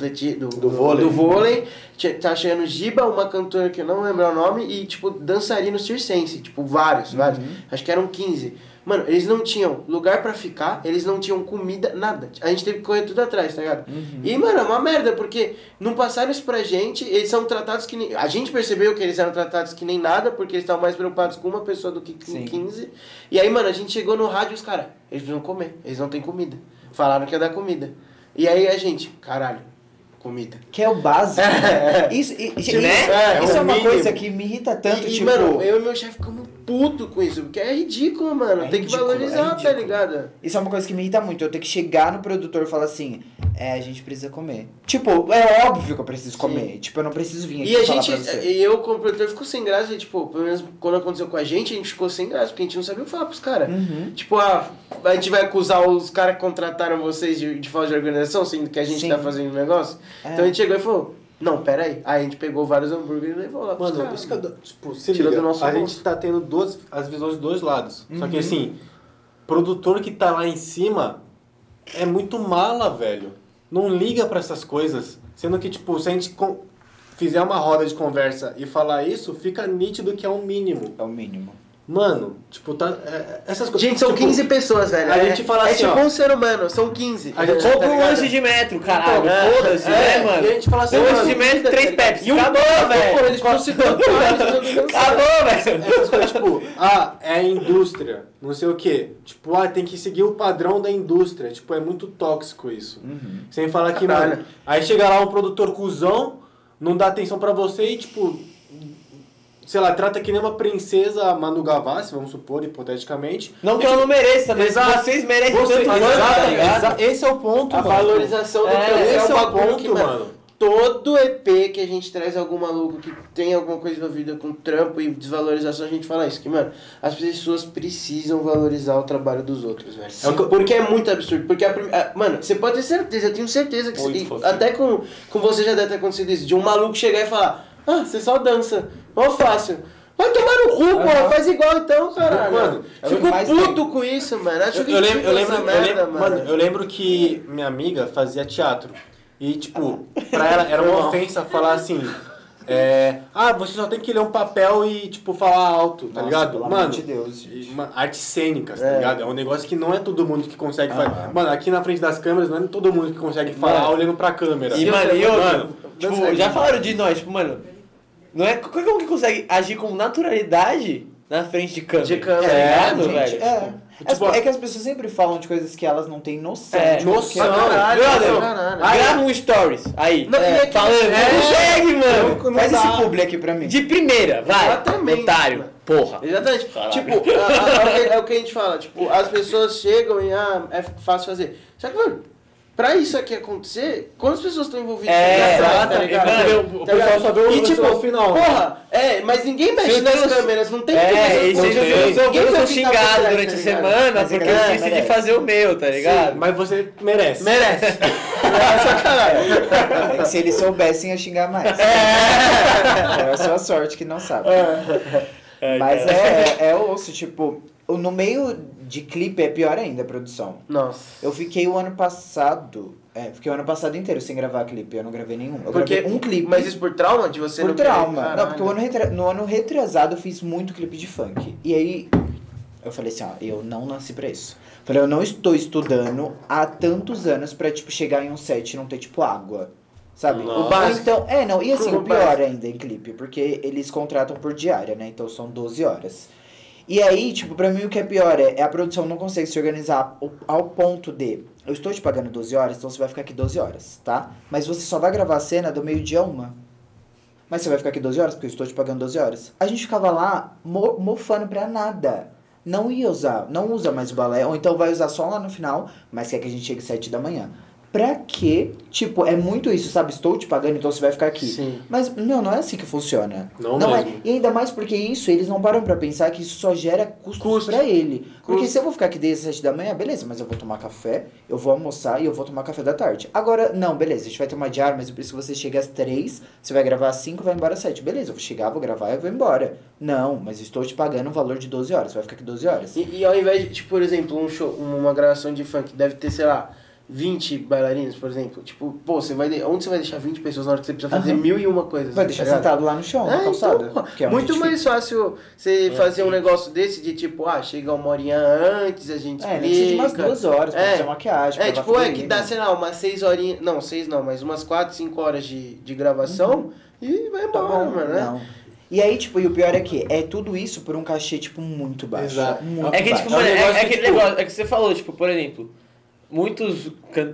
vôlei. do vôlei. Tá chegando o Giba, uma cantora que eu não lembro o nome, e tipo, dançarino circense. Tipo, vários. Acho que eram 15. Mano, eles não tinham lugar pra ficar, eles não tinham comida, nada. A gente teve que correr tudo atrás, tá ligado? E, mano, é uma merda, porque não passaram isso pra gente, eles são tratados que nem... A gente percebeu que eles eram tratados que nem nada, porque eles estavam mais preocupados com uma pessoa do que com Sim. 15. E aí, mano, a gente chegou no rádio e os caras, eles precisam comer, eles não têm comida. Falaram que ia dar comida. E aí a gente, caralho, comida. Que é o básico. Isso, isso é é o uma mínimo. coisa que me irrita tanto, E, tipo... mano, eu e meu chefe ficamos puto com isso, porque é ridículo, mano. É Tem que ridículo, valorizar, é tá ridículo. ligado? Isso é uma coisa que me irrita muito. Eu tenho que chegar no produtor e falar assim, a gente precisa comer. Tipo, é óbvio que eu preciso comer. Tipo, eu não preciso vir aqui E a falar gente, pra você. e eu como produtor fico sem graça, e, tipo, pelo menos quando aconteceu com a gente ficou sem graça, porque a gente não sabia o que falar pros caras. Tipo, a gente vai acusar os caras que contrataram vocês de falta de organização, sendo que a gente Sim. tá fazendo um negócio. É. Então a gente chegou e falou, não, pera aí. Aí a gente pegou vários hambúrgueres e levou lá pros Mano, caras. isso que eu, tipo, se Tira liga, do nosso a bolso. gente tá tendo as visões dos dois lados. Só que assim, produtor que tá lá em cima é muito mala, velho. Não liga pra essas coisas. Sendo que, tipo, se a gente fizer uma roda de conversa e falar isso, fica nítido que é o mínimo. É o mínimo. Mano, tipo, essas coisas... Gente, são tipo, 15 pessoas, velho. a gente fala assim, tipo ó, um ser humano, são 15. a gente- Compra tá um ligado? lanche de metro, caralho. Então, Foda-se, né, mano? E a gente fala assim, Um lanche mano, de metro, 3 Pepsi. E um Acabou, Pô, velho. eles precisam se preocupar, eles precisam descansar. Acabou, velho. essas coisas, tipo, é a indústria, não sei o quê. Tipo, tem que seguir o padrão da indústria. Tipo, é muito tóxico isso. Sem falar que, Caralho. mano, aí chega lá um produtor cuzão, não dá atenção pra você e, tipo, sei lá, trata que nem uma princesa a Manu Gavassi, vamos supor, hipoteticamente. Não que ela não mereça, mas Exato. vocês merecem Você, tanto quanto, tá ligado? esse é o ponto, A mano. valorização do É, trampo esse é um o bagulho ponto, que, mano. Todo EP que a gente traz algum maluco que tem alguma coisa envolvida com trampo e desvalorização, a gente fala isso, que, mano, as pessoas precisam valorizar o trabalho dos outros, velho. É o que eu- Porque é muito absurdo. Porque, mano, você pode ter certeza, eu tenho certeza que Muito e fofinho. até com você já deve ter acontecido isso, de um maluco chegar e falar, você só dança, ó fácil. Vai tomar no cu, porra, faz igual então, caralho. Mano, é o que fico mais puto com isso, mano. Acho Eu lembro, ridículo essa merda, mano. eu lembro que minha amiga fazia teatro. E, tipo, pra ela era uma ofensa falar assim. Você só tem que ler um papel e, tipo, falar alto, tá Nossa, ligado? pelo Mano, amor de Deus, gente. artes cênicas, tá ligado? É um negócio que não é todo mundo que consegue fazer. Mano, aqui na frente das câmeras não é todo mundo que consegue falar olhando pra câmera. E, mano, Mano, tipo, já falaram de nós, tipo, mano, não é como que consegue agir com naturalidade na frente de câmera? De câmera, tá ligado, gente, velho? Tipo, É que as pessoas sempre falam de coisas que elas não têm noção. É, tipo, noção. que- Caralho, Brother, caralho. grava um stories aí. Não, e aqui- Falando, não consegue, mano. Não Faz dá. esse publi aqui pra mim. De primeira, vai. Exatamente, Otário. mano. Porra. Exatamente. Caralho. Tipo, é o que a gente fala. Tipo, as pessoas chegam e é fácil fazer. Só que, mano, pra isso aqui acontecer, quantas pessoas estão envolvidas É, atrás, tá ligado? mano, o pessoal só vê o E tipo, resultado final. porra, mas ninguém mexe Vocês nas não- câmeras, não tem É, e como vocês você- eu ninguém sou vai pintar xingado por trás, durante a tá ligado? semana Mas é porque que eu não, esqueci de merece. fazer o meu, tá ligado? Mas você merece. Merece. É sacanagem. É que se eles soubessem, ia xingar mais. É a sua sorte que não sabe. Mas é osso, tipo, no meio de clipe é pior ainda a produção. Nossa. Eu fiquei o ano passado. Fiquei o ano passado inteiro sem gravar clipe. Eu não gravei nenhum. Eu Porque, gravei um clipe. Mas isso por trauma de você por não querer? trauma. Caralho. Não, porque no ano retrasado eu fiz muito clipe de funk. E aí eu falei assim, ó, eu não nasci pra isso. Falei, eu não estou estudando há tantos anos pra, tipo, chegar em um set e não ter, tipo, água. Sabe? Nossa. O básico. Então, não, e assim, O o pior básico. ainda em clipe, porque eles contratam por diária, né? Então são 12 horas. E aí, tipo, pra mim o que é pior é a produção não consegue se organizar ao ponto de eu estou te pagando 12 horas, então você vai ficar aqui 12 horas, tá? Mas você só vai gravar a cena do meio-dia a 1. Mas você vai ficar aqui 12 horas porque eu estou te pagando 12 horas. A gente ficava lá mofando pra nada. Não usa mais o balé, ou então vai usar só lá no final, mas quer que a gente chegue às 7 da manhã. Pra quê? Tipo, é muito isso, sabe? Estou te pagando, então você vai ficar aqui. Sim. Mas, não é assim que funciona. Não é. mesmo. E ainda mais porque isso, eles não param pra pensar que isso só gera custos pra ele. Porque se eu vou ficar aqui desde as 7 da manhã, beleza, mas eu vou tomar café, eu vou almoçar e eu vou tomar café da tarde. Agora, não, beleza, a gente vai ter uma diária, mas eu preciso que você chegue às 3, você vai gravar às 5, vai embora às 7. Beleza, eu vou chegar, vou gravar e eu vou embora. Não, mas eu estou te pagando um valor de 12 horas, você vai ficar aqui 12 horas. E ao invés de, tipo, por exemplo, um show, uma gravação de funk, deve ter, sei lá, 20 bailarinos, por exemplo. Tipo, pô, onde você vai deixar 20 pessoas na hora que você precisa fazer 1001 coisas? Vai tá deixar ligado? sentado lá no chão, na calçada. Então, que é onde muito a gente mais fácil você fazer um negócio desse de tipo, chega uma horinha antes, a gente nem que seja umas explica. 2 horas pra fazer maquiagem. pra Tipo, lavar que dá, figurino. sei lá, umas 6 horinhas. Não, 6 não, mas umas 4, 5 horas de gravação e vai Tá embora, bom, mano, né? não. E aí, tipo, e o pior é que é tudo isso por um cachê, tipo, muito baixo. Exato. Muito É que, tipo, baixo. mano, negócio é que, aquele tipo- negócio, é que você falou, tipo, por exemplo, muitos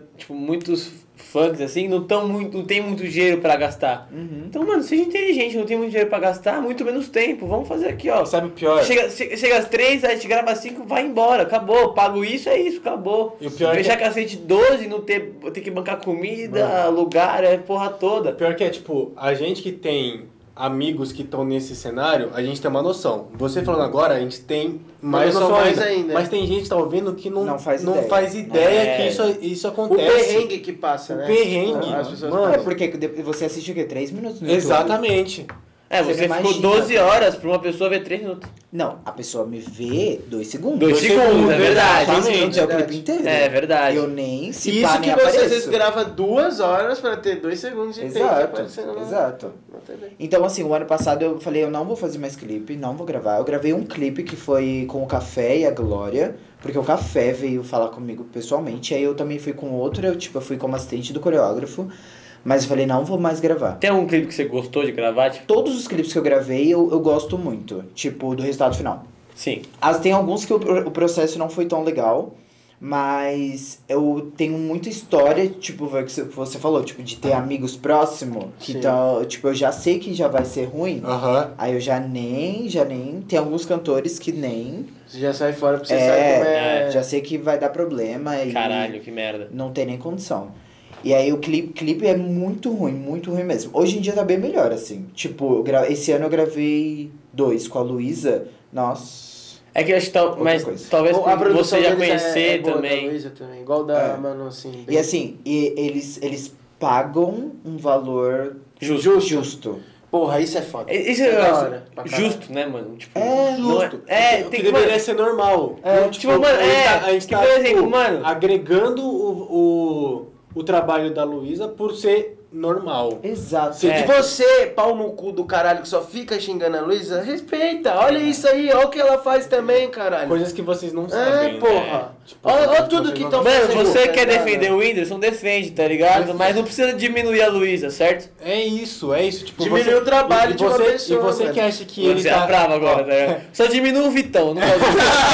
funks, assim, não tem muito dinheiro pra gastar. Então, mano, seja inteligente, não tem muito dinheiro pra gastar, muito menos tempo, vamos fazer aqui, ó. Sabe o pior? Chega às 3, aí a gente grava às 5, vai embora, acabou, pago isso, é isso, acabou. E o pior é Fechar que- cacete 12, não ter que bancar comida, lugar, porra toda. Pior que é, tipo, a gente que tem amigos que estão nesse cenário, a gente tem uma noção. Você falando agora, a gente tem mais noção noção mais ainda. ainda. Mas tem gente que tá ouvindo que não faz ideia É. que isso O acontece. perrengue que passa, O né? perrengue, As pessoas mano. É porque você assiste o quê? 3 minutos no YouTube? Exatamente. Você ficou imagina. 12 horas pra uma pessoa ver 3 minutos. Não, a pessoa me vê 2 segundos. 2 segundos, é verdade. 3 minutos é o verdade. clipe inteiro. É verdade. Eu nem se Isso pá, que nem você às apareço. vezes grava 2 horas pra ter 2 segundos de tempo Exato, aparecendo na- exato. na TV. Então, assim, o ano passado eu falei, eu não vou fazer mais clipe, não vou gravar. Eu gravei um clipe que foi com o Café e a Glória, porque o Café veio falar comigo pessoalmente. Aí eu também fui com outro, eu fui como assistente do coreógrafo. Mas eu falei, não vou mais gravar. Tem algum clipe que você gostou de gravar? Tipo, Todos os clipes que eu gravei, eu gosto muito. Tipo, do resultado final. sim. Tem alguns que o processo não foi tão legal, mas eu tenho muita história, tipo, foi o que você falou, tipo, de ter amigos próximos, que Sim. tão, tipo, eu já sei que já vai ser ruim, Aham. aí eu já nem, tem alguns cantores que nem, Você já sai fora pra você saber como é. já sei que vai dar problema e Caralho, que merda. não tem nem condição. E aí o clipe é muito ruim mesmo. Hoje em dia tá bem melhor, assim. Tipo, esse ano eu gravei 2 com a Luísa. Nossa. É que eu acho que mas coisa. talvez A por produção você já deles conhecer boa, também. Da Luísa também. Igual da É. Manu, assim. E assim, eles pagam um valor justo. Porra, isso é foda. Isso é é da hora. pra caralho. justo, né, mano? Tipo, É, não Justo. É, O tem que que. deveria Mano, ser normal. É, tipo, mano, a gente que, tá, por exemplo, tipo, mano. agregando o trabalho da Luísa por ser normal. Exato. Se É. você, pau no cu do caralho, que só fica xingando a Luísa, respeita. Olha isso aí, olha o que ela faz também, caralho. Coisas que vocês não sabem. né? Porra. Tipo, Olha tudo que estão Mano, fazendo. você quer Tá defender o Whindersson, defende, tá ligado? Mas não precisa diminuir a Luísa, certo? É isso. Tipo, Diminuir o trabalho de uma pessoa, E você velho. que acha que ele Você tá... é bravo agora, tá ligado? Só diminui o Vitão, não pode.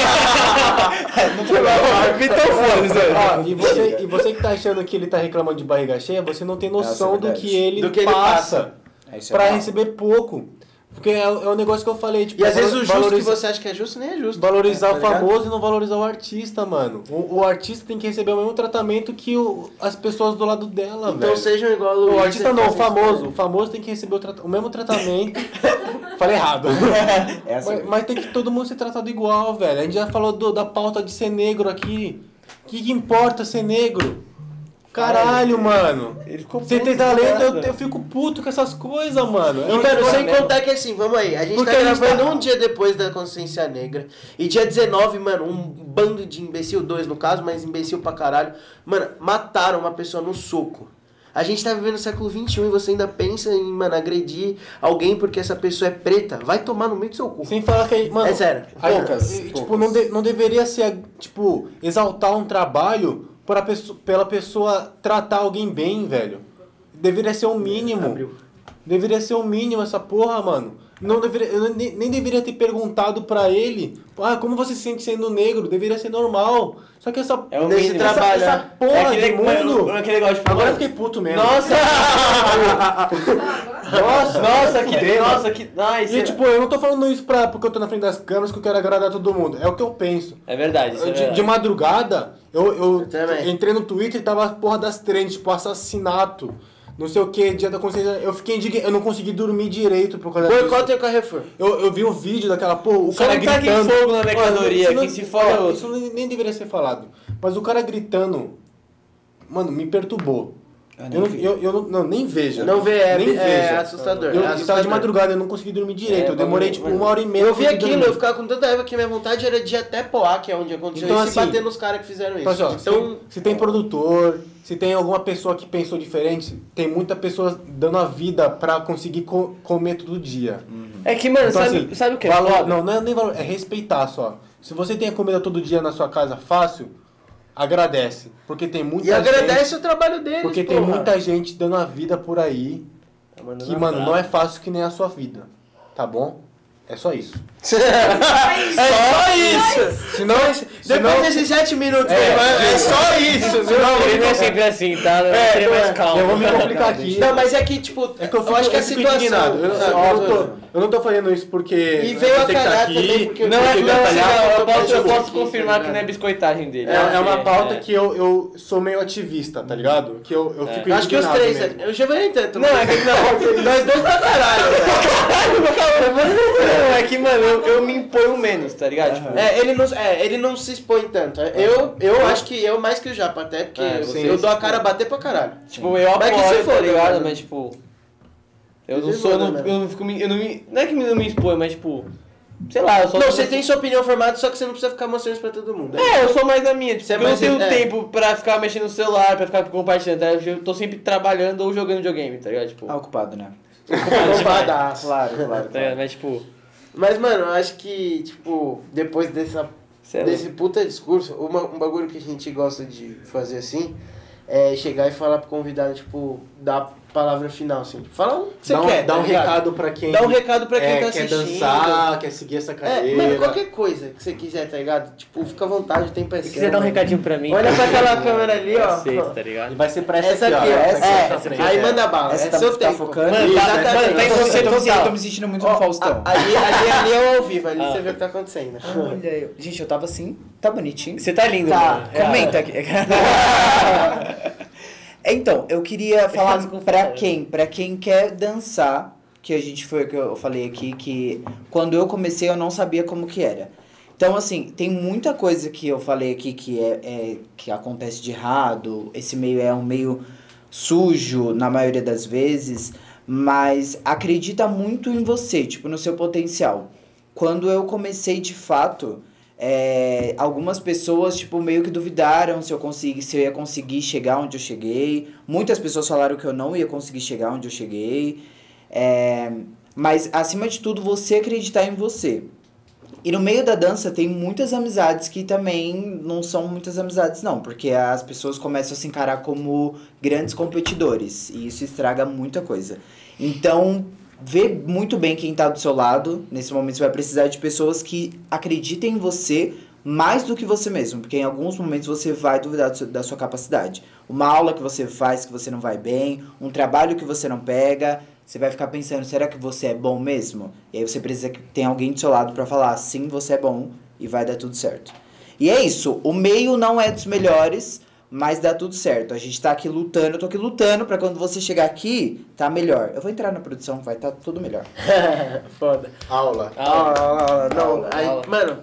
Vitão foda-se. E você que tá achando que ele tá reclamando de barriga cheia, você não tem noção do verdade. que ele Do que ele passa Isso é pra real. receber pouco. Porque é um negócio que eu falei, tipo... E às vezes o justo que valoriza- você acha que é justo nem é justo. Valorizar tá o ligado? famoso e não valorizar o artista, mano. O artista tem que receber o mesmo tratamento que as pessoas do lado dela, Então velho. sejam igual a Luísa. O artista não, o que fazem famoso. isso, O famoso tem que receber o mesmo tratamento. Falei errado. É assim. Mas tem que todo mundo ser tratado igual, velho. A gente já falou da pauta de ser negro aqui. O que importa ser negro? Caralho, mano. Ele ficou Você tem puto, talento, nada. eu fico puto com essas coisas, mano. E, mano, sem contar que assim, vamos aí, a gente Porque tá a gente gravando tá- um dia depois da Consciência Negra. E dia 19, mano, um bando de imbecil, 2 no caso, mas imbecil pra caralho. Mano, mataram uma pessoa no soco. A gente tá vivendo no século XXI e você ainda pensa em, mano, agredir alguém porque essa pessoa é preta. Vai tomar no meio do seu cu. Sem falar que, mano... É sério. Tipo, não deveria ser, tipo, exaltar um trabalho pela pessoa tratar alguém bem, velho. Deveria ser o mínimo. Abriu. Deveria ser o mínimo essa porra, mano. Não deveria, eu nem deveria ter perguntado pra ele, como você se sente sendo negro? Deveria ser normal. Só que essa, É o Nesse mínimo. trabalho, essa né? porra aquele, de mundo... Não é aquele negócio, tipo, Agora eu mano, fiquei puto mesmo. Nossa! nossa, que... Deus. Nossa, que... Nice. E tipo, eu não tô falando isso porque eu tô na frente das câmeras, que eu quero agradar todo mundo. É o que eu penso. É verdade, isso é De verdade. madrugada, eu também. entrei no Twitter e tava a porra das trends, tipo, assassinato, não sei o que, dia da consciência. Eu fiquei indignado, eu não consegui dormir direito por causa disso. Boicotem o Carrefour. Eu vi um vídeo daquela porra, o Só cara não tá aqui gritando. fogo na mercadoria, Olha, quem se fode é outro. Isso nem deveria ser falado. Mas o cara gritando, mano, me perturbou. Eu não, nem vejo. Não vê, nem é vejo. assustador. Eu é tava assustador. de madrugada, eu não consegui dormir direito. É, Eu demorei bagulho, tipo 1h30. Eu vi pra aquilo, dormir. eu ficava com tanta raiva que minha vontade era de ir até Poá, que é onde aconteceu Então, isso, e assim, bater nos caras que fizeram isso. Então, assim, ó, Então, se tem produtor, se tem alguma pessoa que pensou diferente, tem muita pessoa dando a vida pra conseguir comer todo dia. É que, mano, Então, sabe, assim, sabe o que é valor, foda? não é nem valor, é respeitar só. Se você tem a comida todo dia na sua casa fácil, agradece. Porque tem muita e gente... agradece o trabalho deles, Porque tem porra. muita gente dando a vida por aí que, mano, não é fácil que nem a sua vida. Tá bom? É só isso. É só isso! Senão, Depois desses 7 minutos, é só isso! Ele não é sempre assim, tá? Ele é mais calmo. eu vou me complicar aqui. Não, mas é que, tipo, É que eu acho que a fico situação... indignado. sabe? Eu não tô falando isso porque E veio a você que tá cagar aqui, também, porque Não, é, porque não, batalhar, eu posso tipo, confirmar que não é biscoitagem dele. é uma pauta é. que eu sou meio ativista, tá ligado? Que eu fico Eu acho que os indignado três, mesmo. eu já nem tanto. Não, é que não. Nós dois pra caralho, Não, é que, mano, eu me imponho menos, tá ligado? Tipo, ele não se expõe tanto. Eu acho que eu mais que o Japa, até porque sim, eu sim. dou a cara a bater pra caralho. tipo, eu Mas que se apoio, tá foda, ligado? mano. Mas, tipo... Eu Que não se sou, foda, eu né? não fico, eu não me... Não é que eu não me exponho, mas, tipo... Sei lá, eu só... Não, você tem sua opinião formada, só que você não precisa ficar mostrando isso pra todo mundo. É, eu sou mais na minha, tipo, Você é eu não mais- tenho é. tempo pra ficar mexendo no celular, pra ficar compartilhando, tá? Eu tô sempre trabalhando ou jogando videogame, tá ligado? Tipo, Tá ocupado, né? Roubadaço. Claro, claro. tá ligado? Mas, tipo... Mas, mano, eu acho que, tipo, depois desse puta discurso, um bagulho que a gente gosta de fazer assim é chegar e falar pro convidado, tipo, dar a palavra final, assim. Fala o que você quer. Dá tá um ligado? recado pra quem, Dá um recado pra quem tá quer assistindo. dançar, quer seguir essa É, carreira. mano, qualquer coisa que você quiser, tá ligado? Tipo, fica à vontade, tem pressão. Se quiser dar um mano. recadinho pra mim... Olha pra aquela câmera ali, ó. Aceito, tá ligado? E vai ser pra Essa aqui, ó. essa aqui, Aí manda bala. Essa É tá, seu tá tempo. focando? Mano, Exatamente. mano, tá em você eu total. tô me sentindo muito no Faustão. Ali é o ao vivo, ali você vê o que tá acontecendo. Olha eu. Gente, eu tava assim, tá bonitinho. Você tá lindo, Tá, mano. comenta aqui. Então, eu queria falar Quase confuso. pra quem quer dançar, que a gente foi o que eu falei aqui, que quando eu comecei eu não sabia como que era. Então, assim, tem muita coisa que eu falei aqui que acontece de errado, esse meio é um meio sujo na maioria das vezes, mas acredita muito em você, tipo, no seu potencial. Quando eu comecei de fato, algumas pessoas, tipo, meio que duvidaram se eu ia conseguir chegar onde eu cheguei. Muitas pessoas falaram que eu não ia conseguir chegar onde eu cheguei. Mas, acima de tudo, você acreditar em você. E no meio da dança tem muitas amizades que também não são muitas amizades não, porque as pessoas começam a se encarar como grandes competidores e isso estraga muita coisa. Então, vê muito bem quem tá do seu lado. Nesse momento você vai precisar de pessoas que acreditem em você mais do que você mesmo, porque em alguns momentos você vai duvidar da sua capacidade. Uma aula que você faz que você não vai bem, um trabalho que você não pega, você vai ficar pensando, será que você é bom mesmo? E aí você precisa que tenha alguém do seu lado pra falar, sim, você é bom e vai dar tudo certo. E é isso, o meio não é dos melhores, mas dá tudo certo. A gente tá aqui lutando, eu tô aqui lutando pra quando você chegar aqui, tá melhor. Eu vou entrar na produção, vai tá tudo melhor. Foda. Aula. Não, Aula, aí, aula. mano,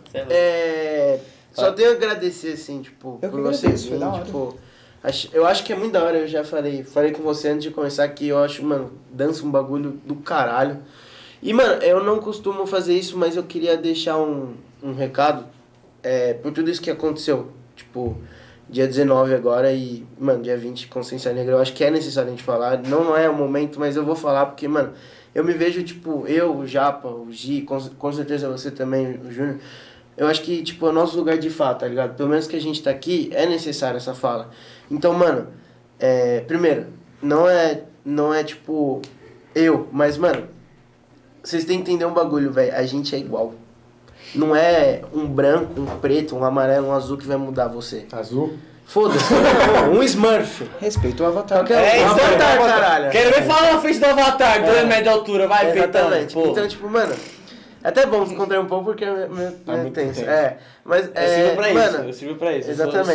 só tenho a agradecer, assim, tipo, Eu por que você agradeço, vir, foi da hora. tipo, eu acho que é muito da hora, eu já falei com você antes de começar aqui, eu acho, mano, dança um bagulho do caralho. E, mano, eu não costumo fazer isso, mas eu queria deixar um recado, por tudo isso que aconteceu, tipo, dia 19 agora e, mano, dia 20, Consciência Negra, eu acho que é necessário a gente falar, não é o momento, mas eu vou falar porque, mano, eu me vejo, tipo, eu, o Japa, o Gi, com certeza você também, o Júnior, eu acho que, tipo, é o nosso lugar de fala, tá ligado? Pelo menos que a gente tá aqui, é necessário essa fala. Então, mano, primeiro, não é, tipo, mas, mano, vocês têm que entender um bagulho, velho, a gente é igual. Não é um branco, um preto, um amarelo, um azul que vai mudar você. Azul? Foda-se, um Smurf. Respeita o avatar. Um avatar, caralho. Quero ver falar na frente do Avatar, 2 metros de altura, vai, peitando. Exatamente. Pô. Então, tipo, mano, é até bom encontrar um pouco porque é muito tenso. intenso. Mas, Eu sirvo pra isso. Exatamente.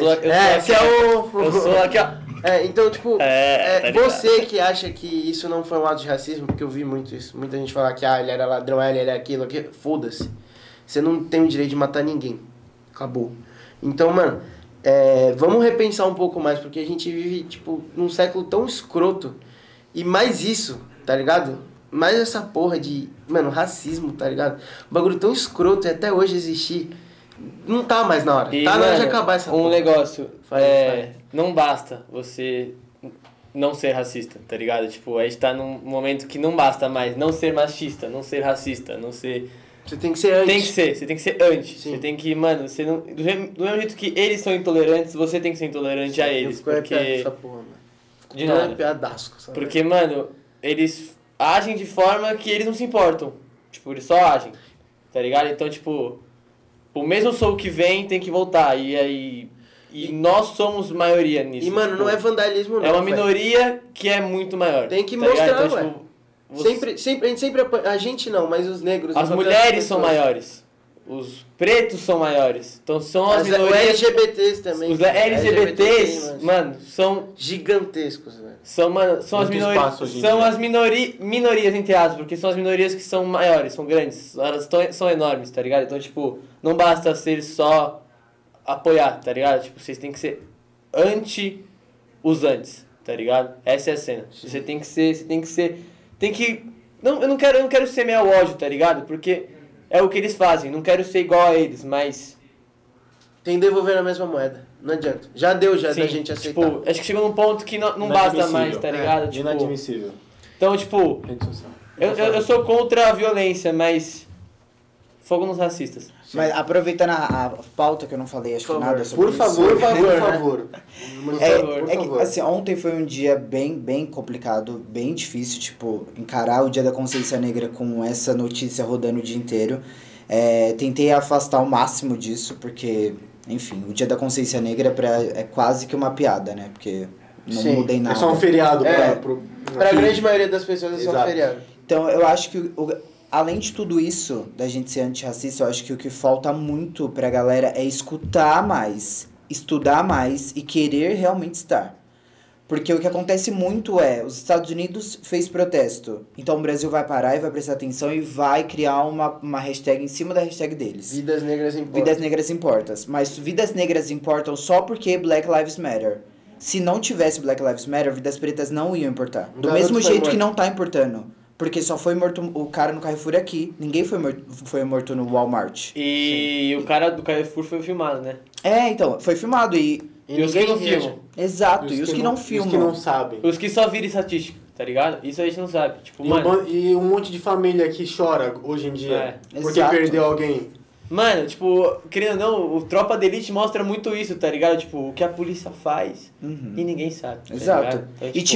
Eu sou aqui, ó. Então, tipo, tá ligado. você que acha que isso não foi um ato de racismo, porque eu vi muito isso. Muita gente falar que ele era ladrão, ele era aquilo. Foda-se. Você não tem o direito de matar ninguém. Acabou. Então, mano, vamos repensar um pouco mais, porque a gente vive, tipo, num século tão escroto. E mais isso, tá ligado? Mais essa porra de, mano, racismo, tá ligado? Um bagulho tão escroto e até hoje existir. Não tá mais na hora. E, Tá na hora de mano, acabar essa um porra. negócio, Faz. não basta você não ser racista, tá ligado? Tipo, a gente tá num momento que não basta mais não ser machista, não ser racista, não ser... Você tem que ser antes. Você tem que ser antes. Sim. Você tem que, mano, você não, do mesmo jeito que eles são intolerantes, você tem que ser intolerante a eles, Eu fico porque... arrepiado com essa porra, mano. Fico De todo nada. arrepiadasco, sabe? Porque, mano, eles agem de forma que eles não se importam. Tipo, eles só agem, tá ligado? Então, tipo, o mesmo soco que vem tem que voltar. E nós somos maioria nisso. E, mano, tipo, não é vandalismo, não. é uma velho. minoria que é muito maior. Tem que tá ligado? mostrar, Então, ué. tipo, você- Sempre, a gente sempre apanha. A gente não, mas os negros. as outras mulheres são pessoas. maiores. Os pretos são maiores. Então são as Os minorias. LGBTs também. Os LGBTs, mano, são Gigantescos, velho. Mano, são as Muito minorias. espaço hoje em São dia. as minorias, entre aspas, porque são as minorias que são maiores, são grandes, elas são enormes, tá ligado? Então, tipo, não basta ser só apoiar, tá ligado? Tipo, vocês têm que ser anti os antes, tá ligado? Essa é a cena. Você tem que ser. Não, eu não quero semear o ódio, tá ligado? Porque é o que eles fazem, não quero ser igual a eles, mas. Tem que devolver na mesma moeda. Não adianta. Já deu, Sim, da gente aceitar. tipo, acho que chegou num ponto que não basta mais, tá ligado? Tipo, Inadmissível. então, tipo, Rede social. eu sou contra a violência, mas fogo nos racistas. Mas aproveitando a pauta que eu não falei, acho que Por nada sobre Por isso. favor, por né? favor. É que, assim, ontem foi um dia bem complicado, bem difícil, tipo, encarar o Dia da Consciência Negra com essa notícia rodando o dia inteiro. Tentei afastar o máximo disso, porque, enfim, o Dia da Consciência Negra é quase que uma piada, né? Porque não Sim, mudei nada. É só um feriado Pra grande maioria das pessoas é só um Exato. feriado. Então, eu acho que, além de tudo isso, da gente ser antirracista, eu acho que o que falta muito pra galera é escutar mais, estudar mais e querer realmente estar. Porque o que acontece muito os Estados Unidos fez protesto, então o Brasil vai parar e vai prestar atenção e vai criar uma hashtag em cima da hashtag deles. Vidas negras importam. Vidas negras importam. Mas vidas negras importam só porque Black Lives Matter. Se não tivesse Black Lives Matter, vidas pretas não iam importar. Do garoto mesmo foi jeito morto. que não tá importando. Porque só foi morto o cara no Carrefour aqui. Ninguém foi morto no Walmart. E o cara do Carrefour foi filmado, né? Então, foi filmado e... E os que não reage. filmam. Exato, e os que não Os que filmam. não sabem. Os que só viram estatística, tá ligado? Isso a gente não sabe. Tipo, E mano. e um monte de família que chora hoje em dia. É. Porque Exato. perdeu alguém. Mano, tipo, querendo ou não, o Tropa de Elite mostra muito isso, tá ligado? Tipo, o que a polícia faz e ninguém sabe. Tá Exato. ligado? Então, E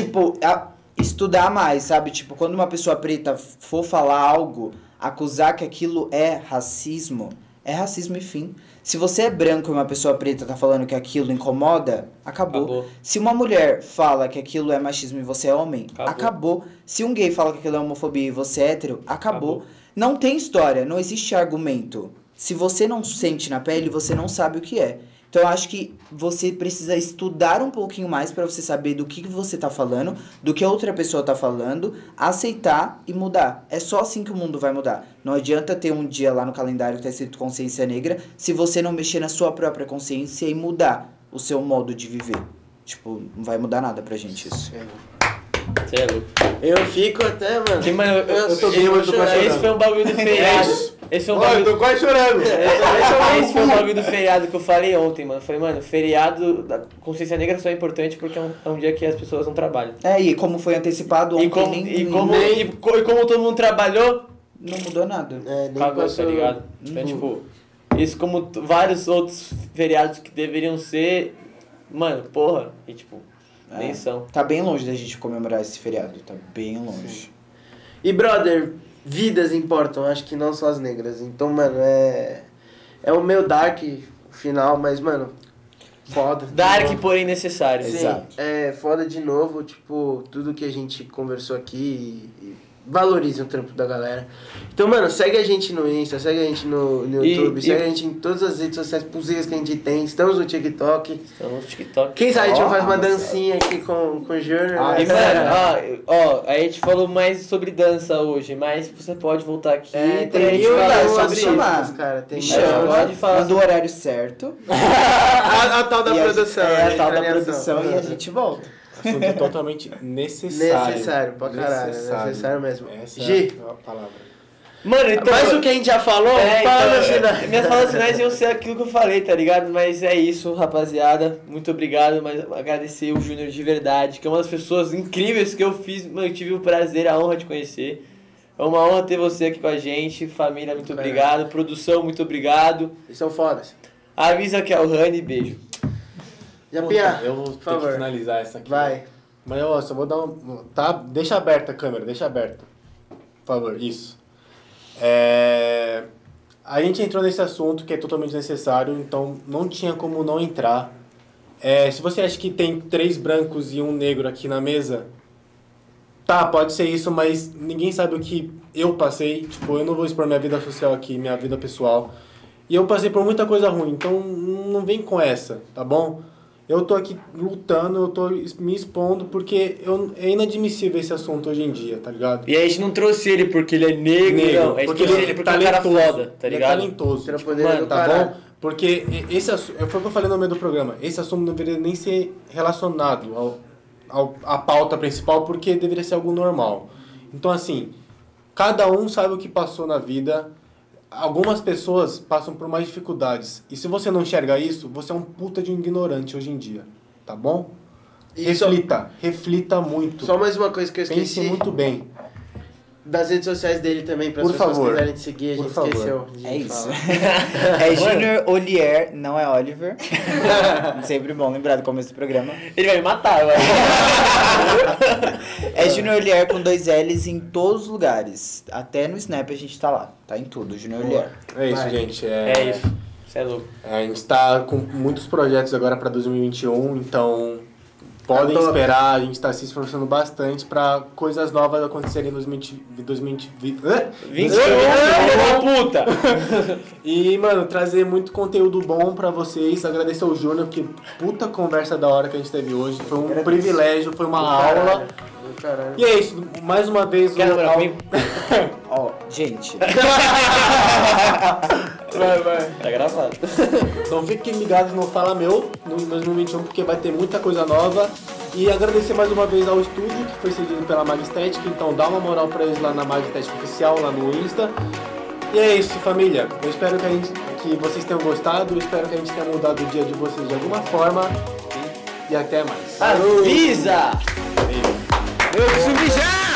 estudar mais, sabe? Tipo, quando uma pessoa preta for falar algo, acusar que aquilo é racismo e fim. Se você é branco e uma pessoa preta tá falando que aquilo incomoda, acabou. Se uma mulher fala que aquilo é machismo e você é homem, acabou. Se um gay fala que aquilo é homofobia e você é hétero, acabou. Não tem história, não existe argumento. Se você não sente na pele, você não sabe o que é. Então eu acho que você precisa estudar um pouquinho mais para você saber do que você tá falando, do que a outra pessoa tá falando, aceitar e mudar. É só assim que o mundo vai mudar. Não adianta ter um dia lá no calendário que tá escrito consciência negra, se você não mexer na sua própria consciência e mudar o seu modo de viver. Tipo, não vai mudar nada pra gente isso. Você é louco. Eu fico até, mano. Que, mano, Eu tô bem, mas tô quase chorando. esse foi um bagulho do feriado. Esse foi um Olha, eu bagulho... tô quase chorando. Esse foi o bagulho do feriado que eu falei ontem, mano. Eu falei, mano, feriado da consciência negra só é importante porque é um dia que as pessoas não trabalham. E como foi antecipado ontem, E como todo mundo trabalhou, não mudou nada. Nem cagou, passou. tá ligado? Então, tipo, isso como vários outros feriados que deveriam ser, mano, porra, e tipo, nem são. Tá bem longe da gente comemorar esse feriado, tá bem longe. E, brother, vidas importam, acho que não só as negras. Então, mano, é o meu dark final, mas, mano, foda. Dark, porém necessário. Sim, Exato. é foda de novo, tipo, tudo que a gente conversou aqui e valorize o trampo da galera. Então, mano, segue a gente no Insta, segue a gente no YouTube, segue a gente em todas as redes sociais possíveis que a gente tem. Estamos no TikTok. Estamos no TikTok. Quem sabe a gente faz uma Nossa. dancinha aqui com o Júnior. E, mano, ó, a gente falou mais sobre dança hoje, mas você pode voltar aqui pra gente falar sobre isso. chamar. Cara, tem Me que chama, pode falar. manda o horário certo. a tal da E produção. a tal da encaminhação. produção e a gente volta. Assunto totalmente necessário. Necessário, pra caralho. Necessário mesmo. Essa G. é a palavra. Mano, então... Mas o que a gente já falou, fala assim, minhas falas finais iam ser aquilo que eu falei, tá ligado? Mas é isso, rapaziada. Muito obrigado, mas agradecer o Júnior de verdade, que é uma das pessoas incríveis que eu fiz. Mano, eu tive o prazer, a honra de conhecer. É uma honra ter você aqui com a gente. Família, muito obrigado. Produção, muito obrigado. Eles são fodas. Avisa que é o Rani, beijo. Japinha, Eu vou ter por favor. que finalizar essa aqui. Vai. Mas eu só vou dar um... Tá? Deixa aberta a câmera, deixa aberta. Por favor, isso. A gente entrou nesse assunto que é totalmente necessário, então não tinha como não entrar. Se você acha que tem 3 brancos e um negro aqui na mesa, tá, pode ser isso, mas ninguém sabe o que eu passei. Tipo, eu não vou expor minha vida social aqui, minha vida pessoal. E eu passei por muita coisa ruim, então não vem com essa, tá bom? Eu tô aqui lutando, eu tô me expondo porque é inadmissível esse assunto hoje em dia, tá ligado? E a gente não trouxe ele porque ele é negro, não. A gente trouxe ele porque ele é um cara foda, tá ligado? Ele é talentoso. Mano, Tá bom? Porque esse assunto, foi o que eu falei no meio do programa, esse assunto não deveria nem ser relacionado à pauta principal, porque deveria ser algo normal. Então, assim, cada um sabe o que passou na vida. Algumas pessoas passam por mais dificuldades. E se você não enxerga isso, você é um puta de um ignorante hoje em dia. Tá bom? Reflita muito. Só mais uma coisa que eu Pense esqueci. muito bem. Das redes sociais dele também, para as Por pessoas favor. quiserem te seguir, a gente Por favor. esqueceu. de É isso. falar. É Júnior Olier, não é Oliver. Sempre bom lembrar do começo do programa. Ele vai me matar, velho. É Júnior Olier com 2 L's em todos os lugares. Até no Snap a gente tá lá. Tá em tudo, Júnior Olier. É isso, Vai. gente. É isso. Você é louco. A gente tá com muitos projetos agora para 2021, então podem Tá top. esperar. A gente tá se esforçando bastante para coisas novas acontecerem em 2020. 20 da puta! E, mano, trazer muito conteúdo bom pra vocês. Agradecer ao Júnior, que puta conversa da hora que a gente teve hoje. Foi um privilégio, foi uma aula. Caralho. E é isso, mais uma vez... Quer namorar comigo? Ó, gente. Vai. Tá gravado. Então fiquem ligados no Fala Meu, no 2021, porque vai ter muita coisa nova. E agradecer mais uma vez ao estúdio, que foi cedido pela Mag Estética. Então dá uma moral pra eles lá na Mag Estética Oficial, lá no Insta. E é isso, família. Eu espero que vocês tenham gostado. Eu espero que a gente tenha mudado o dia de vocês de alguma forma. E até mais. Avisa! Beijo. Eu preciso mijar!